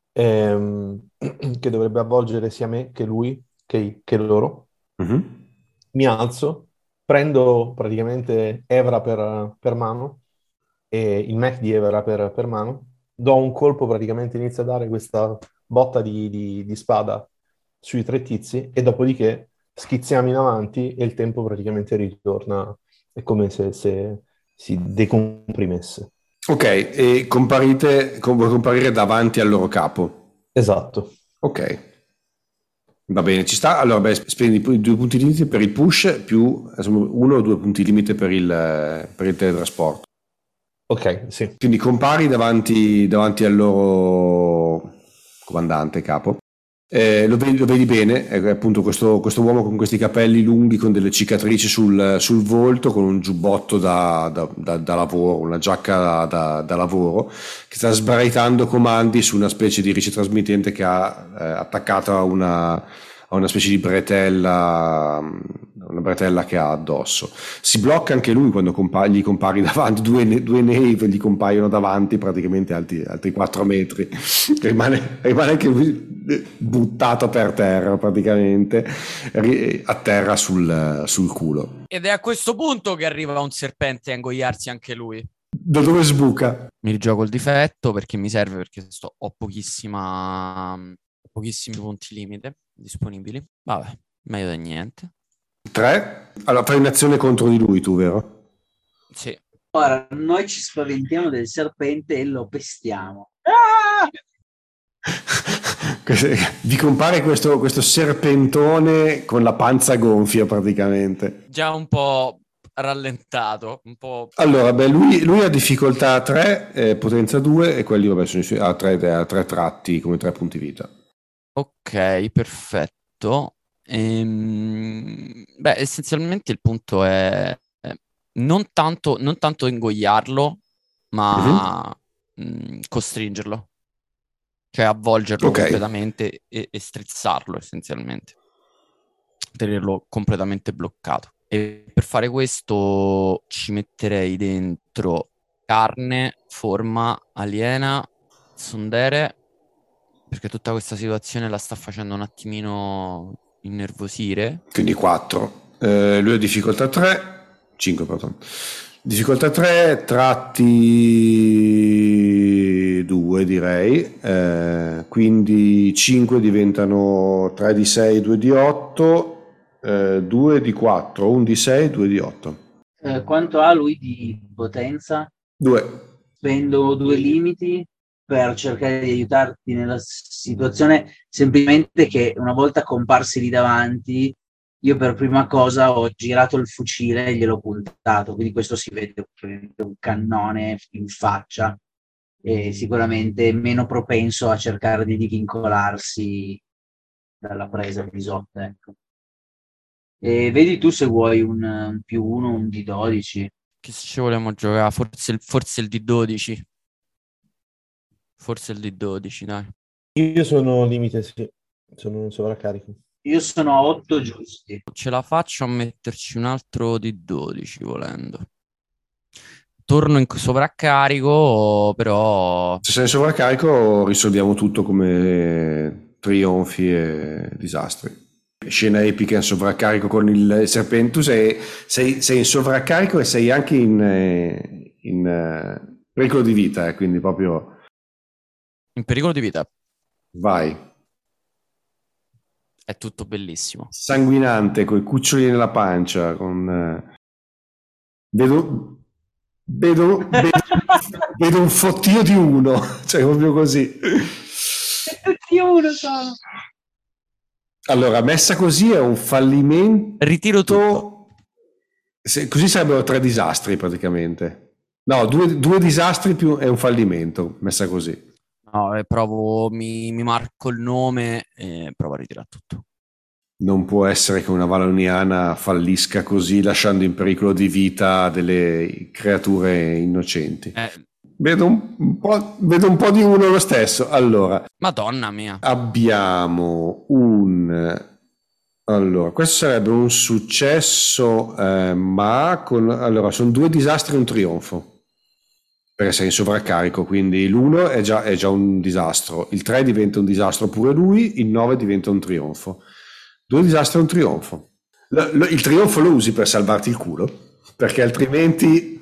che dovrebbe avvolgere sia me che lui che loro. Mhm. Mi alzo, prendo praticamente Evra per mano e il mech di Evra per mano, do un colpo, praticamente inizio a dare questa botta di spada sui 3 tizi e dopodiché schizziamo in avanti e il tempo praticamente ritorna, è come se si decomprimesse. Ok, e vuoi comparire davanti al loro capo. Esatto. Ok, va bene, ci sta. Allora, beh, spendi 2 punti limite per il push più 1 o 2 punti limite per il teletrasporto. Ok, sì. Quindi compari davanti al loro comandante capo. Lo vedi bene, è appunto questo uomo con questi capelli lunghi, con delle cicatrici sul volto, con un giubbotto da lavoro, una giacca da lavoro, che sta sbraitando comandi su una specie di ricetrasmittente che ha attaccato a una specie di bretella, una bretella che ha addosso. Si blocca anche lui quando gli compari davanti, due Nave gli compaiono davanti praticamente altri 4 metri. Rimane anche lui buttato per terra praticamente, a terra sul culo. Ed è a questo punto che arriva un serpente a ingoiarsi anche lui. Da dove sbuca? Mi rigioco il difetto perché mi serve, perché ho pochissimi punti limite disponibili. Vabbè, meglio di niente. 3. Allora fai un'azione contro di lui tu, vero? Sì. Ora, noi ci spaventiamo del serpente e lo pestiamo. Ah! Vi compare questo serpentone con la panza gonfia praticamente. Già un po' rallentato, un po'... Allora, beh, lui ha difficoltà 3, potenza 2 e quelli vabbè, ha 3 tratti come 3 punti vita. Ok, perfetto. Beh, essenzialmente il punto è non tanto ingoiarlo, ma costringerlo. Cioè avvolgerlo completamente e strizzarlo essenzialmente. Tenerlo completamente bloccato. E per fare questo ci metterei dentro carne, forma aliena, sondere, perché tutta questa situazione la sta facendo un attimino innervosire. Quindi 4. Lui ha difficoltà 3, 5 pardon. Difficoltà 3, tratti 2 direi, quindi 5 diventano 3 di 6, 2 di 8, 2 di 4, 1 di 6, 2 di 8. Quanto ha lui di potenza? 2. Spendo 2 limiti per cercare di aiutarti nella situazione, semplicemente che una volta comparsi lì davanti, io per prima cosa ho girato il fucile e gliel'ho puntato, quindi questo si vede un cannone in faccia e sicuramente meno propenso a cercare di divincolarsi dalla presa di Isotta, ecco. E vedi tu se vuoi un più 1, un di 12. Che ci vogliamo giocare? Forse il D12. Forse il D12, dai. Io sono limite, sì. Sono in sovraccarico. Io sono a 8 giusti. Ce la faccio a metterci un altro di 12 volendo. Torno in sovraccarico, però Se sei in sovraccarico risolviamo tutto come trionfi e disastri. Scena epica in sovraccarico con il serpente. Tu sei in sovraccarico e sei anche in pericolo di vita, quindi proprio in pericolo di vita. vai. È tutto bellissimo. Sanguinante, con i cuccioli nella pancia, con... Vedo un fottio di uno, cioè proprio così. Tutti uno solo. Allora, messa così è un fallimento. Ritiro tutto. Così sarebbero 3 disastri praticamente. No, due disastri più è un fallimento, messa così. No, mi marco il nome e provo a ritirare tutto. Non può essere che una valoniana fallisca così, lasciando in pericolo di vita delle creature innocenti. Vedo un po' di uno lo stesso. Allora, Madonna mia. abbiamo allora, questo sarebbe un successo, ma allora, sono 2 disastri e un trionfo. Per essere in sovraccarico, quindi l'1 è già un disastro, il 3 diventa un disastro pure lui, il 9 diventa un trionfo. 2 disastri e un trionfo. Il trionfo lo usi per salvarti il culo, perché altrimenti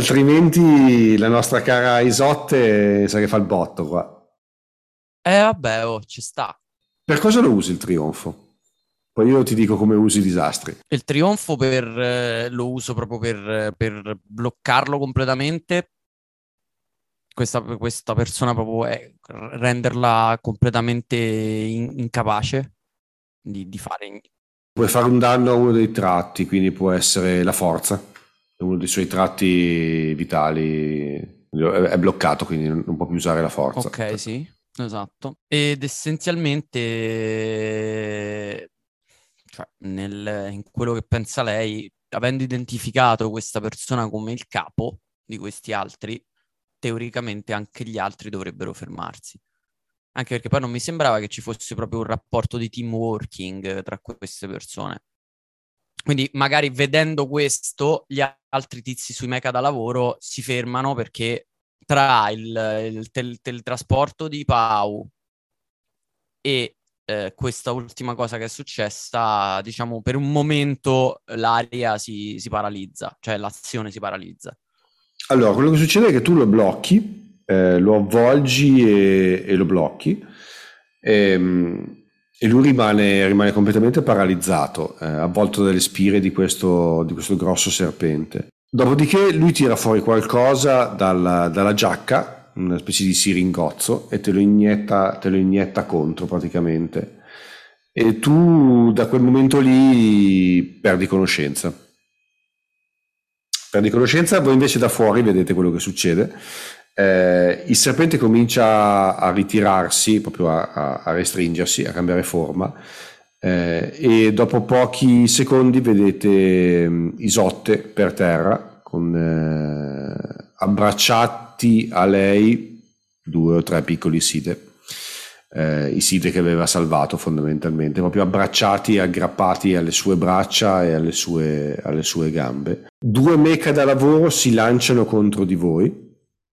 la nostra cara Isotte sa che fa il botto qua. Vabbè, ci sta. Per cosa lo usi il trionfo? Poi io ti dico come usi i disastri. Il trionfo lo uso proprio per bloccarlo completamente. Questa persona proprio renderla completamente incapace di fare. Puoi fare un danno a uno dei tratti, quindi può essere la forza, uno dei suoi tratti vitali è bloccato, quindi non può più usare la forza. Ok, sì, esatto. Ed essenzialmente, cioè, in quello che pensa lei, avendo identificato questa persona come il capo di questi altri, teoricamente anche gli altri dovrebbero fermarsi. Anche perché poi non mi sembrava che ci fosse proprio un rapporto di team working tra queste persone. Quindi magari vedendo questo, gli altri tizi sui mecha da lavoro si fermano perché tra il teletrasporto di Pau e questa ultima cosa che è successa, diciamo, per un momento l'aria si paralizza, cioè l'azione si paralizza. Allora, quello che succede è che tu lo blocchi, lo avvolgi e lo blocchi, e lui rimane completamente paralizzato, avvolto dalle spire di questo grosso serpente. Dopodiché lui tira fuori qualcosa dalla giacca, una specie di siringozzo, e te lo inietta contro praticamente. E tu da quel momento lì perdi conoscenza. Voi invece da fuori vedete quello che succede. Il serpente comincia a ritirarsi, proprio a restringersi, a cambiare forma, e dopo pochi secondi vedete Isotte per terra, con abbracciati a lei 2 o 3 piccoli side. I side che aveva salvato fondamentalmente, proprio abbracciati e aggrappati alle sue braccia e alle sue gambe. 2 mecha da lavoro si lanciano contro di voi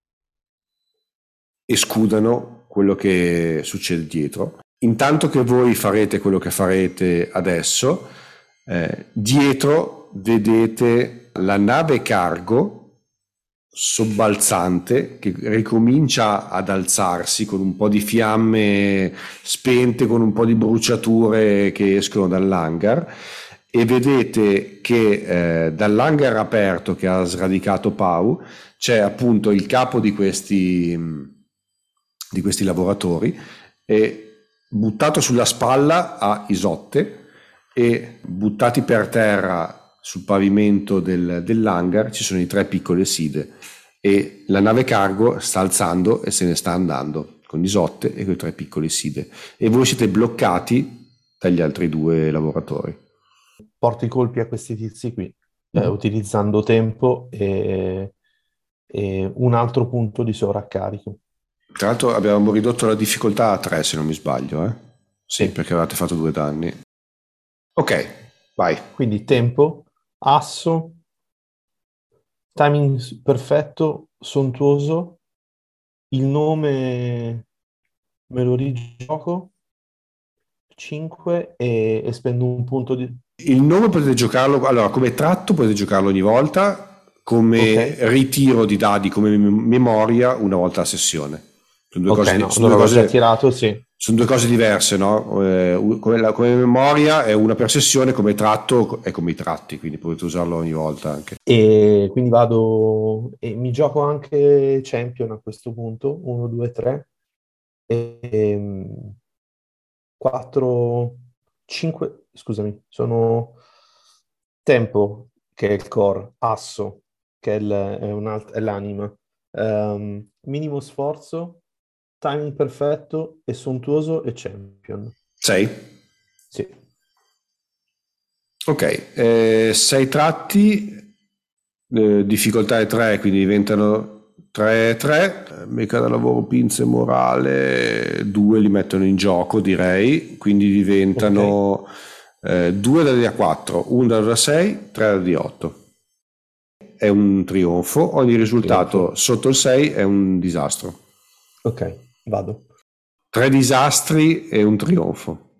e scudano quello che succede dietro. Intanto che voi farete quello che farete adesso, dietro vedete la nave cargo sobbalzante che ricomincia ad alzarsi con un po' di fiamme spente, con un po' di bruciature che escono dall'hangar, e vedete che dall'hangar aperto che ha sradicato Pau c'è appunto il capo di questi lavoratori, e buttato sulla spalla a Isotte e buttati per terra sul pavimento dell'hangar ci sono i 3 piccole side, e la nave cargo sta alzando e se ne sta andando con Isotte e quei 3 piccole side, e voi siete bloccati dagli altri 2 lavoratori. Porto i colpi a questi tizi qui, utilizzando tempo e un altro punto di sovraccarico. Tra l'altro abbiamo ridotto la difficoltà a 3 se non mi sbaglio, Sì, perché avevate fatto 2 danni. Ok, vai. Quindi tempo, asso, timing perfetto, sontuoso, il nome me lo rigioco, 5 e spendo un punto di... Il nome potete giocarlo, allora come tratto potete giocarlo ogni volta, come Ok, ritiro di dadi, come memoria una volta a sessione. Sono due ok, cose, no, sono due allora l'ho già cose, tirato, sì. sono due cose diverse, no? Come memoria è una per sessione, come tratto è come i tratti, quindi potete usarlo ogni volta anche. E quindi vado e mi gioco anche Champion a questo punto, 1, 2, 3, e 4, 5, scusami, sono tempo, che è il core, asso, che è l'anima, minimo sforzo, timing perfetto e sontuoso e champion. 6? Sì, Ok, 6 tratti, difficoltà è 3, quindi diventano 3-3, mica da lavoro, pinze, morale, 2 li mettono in gioco direi, quindi ok, diventano 2 da D4, 1 da 6, 3 da D8. È un trionfo, ogni risultato trionfo. sotto il 6 è un disastro. Ok, vado. 3 disastri e un trionfo.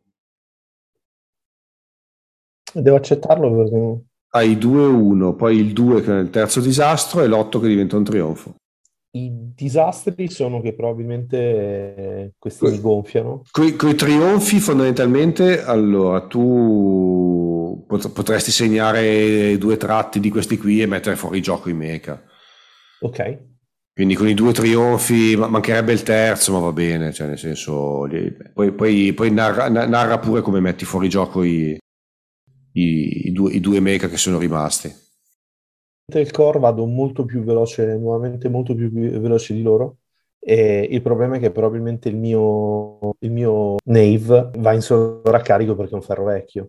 Devo accettarlo perché Hai 2-1, poi il 2 che è il terzo disastro e l'8 che diventa un trionfo. i disastri sono che probabilmente questi mi gonfiano. Con i trionfi fondamentalmente, allora tu potresti segnare 2 tratti di questi qui e mettere fuori gioco i mecha. Ok, Quindi con i 2 trionfi mancherebbe il terzo, ma va bene, cioè nel senso, poi narra pure come metti fuori gioco i due mecha che sono rimasti. il core vado molto più veloce, nuovamente molto più veloce di loro. E il problema è che probabilmente il mio Nave va in sovraccarico perché è un ferro vecchio.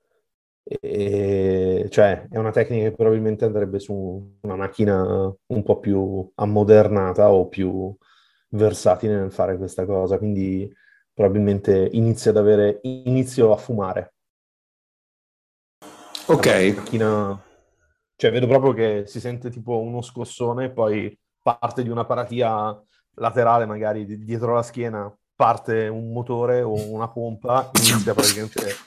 Cioè, è una tecnica che probabilmente andrebbe su una macchina un po' più ammodernata o più versatile nel fare questa cosa. Quindi probabilmente inizio a fumare. La Ok, macchina, cioè vedo proprio che si sente tipo uno scossone, poi parte di una paratia laterale, magari dietro la schiena, parte un motore o una pompa, inizia praticamente...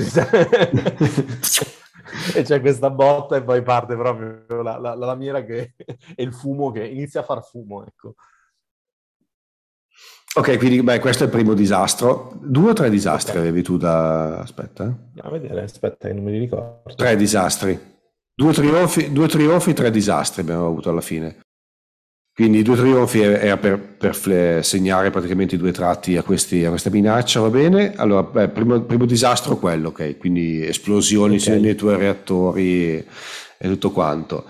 E c'è questa botta e poi parte proprio la lamiera che è il fumo che inizia a far fumo, ecco. ok, quindi beh, questo è il primo disastro. 2 o 3 Ok, disastri avevi tu da... Aspetta, andiamo a vedere, aspetta che non me li ricordo. 3 disastri. 2 trionfi, 3 disastri abbiamo avuto alla fine. Quindi i 2 trionfi era per segnare praticamente i 2 tratti a questa minaccia, va bene? Allora, beh, primo disastro quello, ok? Quindi esplosioni Ok, nei tuoi reattori e tutto quanto.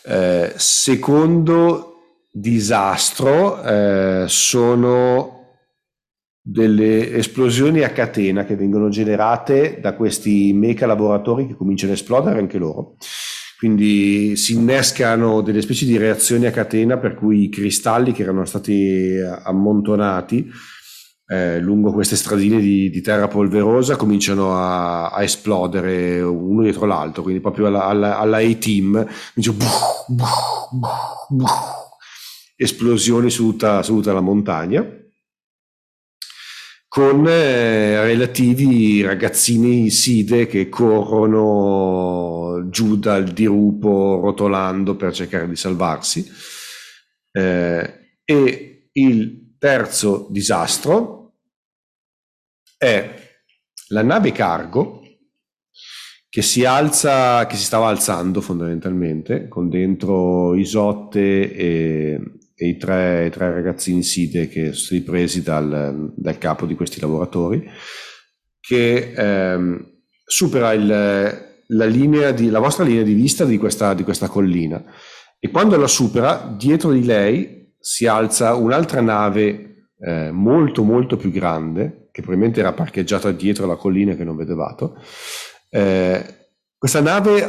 Secondo disastro sono delle esplosioni a catena che vengono generate da questi mecha laboratori che cominciano a esplodere anche loro. Quindi si innescano delle specie di reazioni a catena per cui i cristalli che erano stati ammontonati lungo queste stradine di terra polverosa cominciano a esplodere uno dietro l'altro, quindi proprio alla A-Team, esplosioni su tutta la montagna con relativi ragazzini side che corrono giù dal dirupo rotolando per cercare di salvarsi. E il terzo disastro è la nave cargo che si stava alzando fondamentalmente, con dentro Isotte e i tre ragazzini side che sono stati presi dal capo di questi lavoratori, che supera la vostra linea di vista di questa collina. E quando la supera, dietro di lei si alza un'altra nave molto molto più grande, che probabilmente era parcheggiata dietro la collina che non vedevate. Questa nave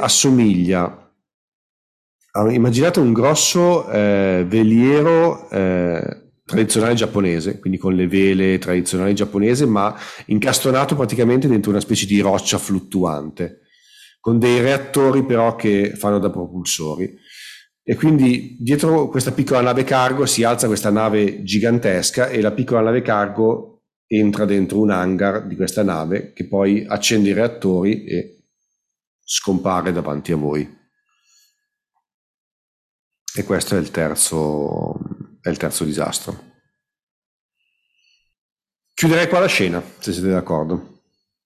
assomiglia, immaginate un grosso veliero tradizionale giapponese, quindi con le vele tradizionali giapponese, ma incastonato praticamente dentro una specie di roccia fluttuante, con dei reattori però che fanno da propulsori. E quindi dietro questa piccola nave cargo si alza questa nave gigantesca e la piccola nave cargo entra dentro un hangar di questa nave che poi accende i reattori e scompare davanti a voi. E questo è il terzo disastro. Chiuderei qua la scena, se siete d'accordo.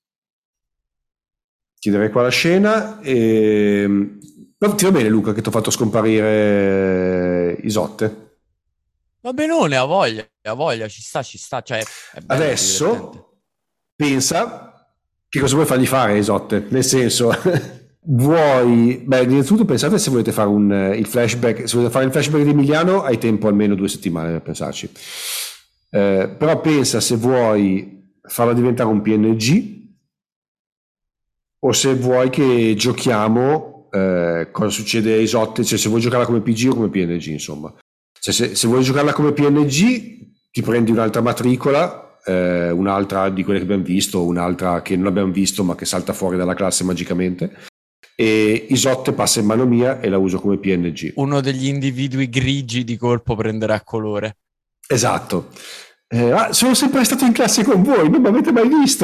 Chiuderei qua la scena e... Ti va bene, Luca, che ti ho fatto scomparire Isotte? Va benone, ha voglia, ci sta, cioè è bello, Adesso divertente. pensa che cosa vuoi fargli fare Isotte, nel senso... innanzitutto pensate se volete fare il flashback. Se volete fare il flashback di Emiliano, hai tempo almeno 2 settimane per pensarci. Però pensa se vuoi farlo diventare un PNG o se vuoi che giochiamo cosa succede a Isotte, cioè se vuoi giocarla come PG o come PNG, insomma. Cioè, se vuoi giocarla come PNG, ti prendi un'altra matricola, un'altra di quelle che abbiamo visto, un'altra che non abbiamo visto ma che salta fuori dalla classe magicamente. E Isotte passa in mano mia e la uso come PNG. Uno degli individui grigi di colpo prenderà colore. Esatto. Sono sempre stato in classe con voi, non mi avete mai visto.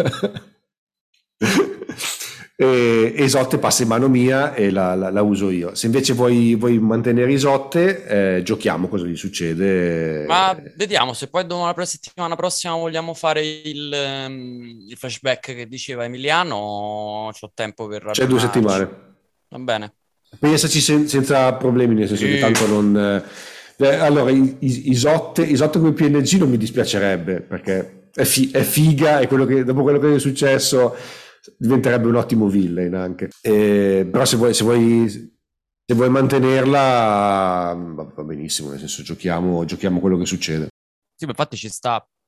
E Isotte passa in mano mia e la uso io. Se invece vuoi mantenere Isotte, giochiamo cosa gli succede. Ma vediamo, se poi dopo la settimana prossima vogliamo fare il flashback che diceva Emiliano, c'ho tempo per C'è 2 ragionarci. settimane. Va bene. Pensaci senza problemi, nel senso che tanto non... allora, Isotte come PNG non mi dispiacerebbe, perché è figa e dopo quello che è successo diventerebbe un ottimo villain anche. Però se vuoi mantenerla va benissimo, nel senso giochiamo quello che succede. Sì, ma infatti ci sta.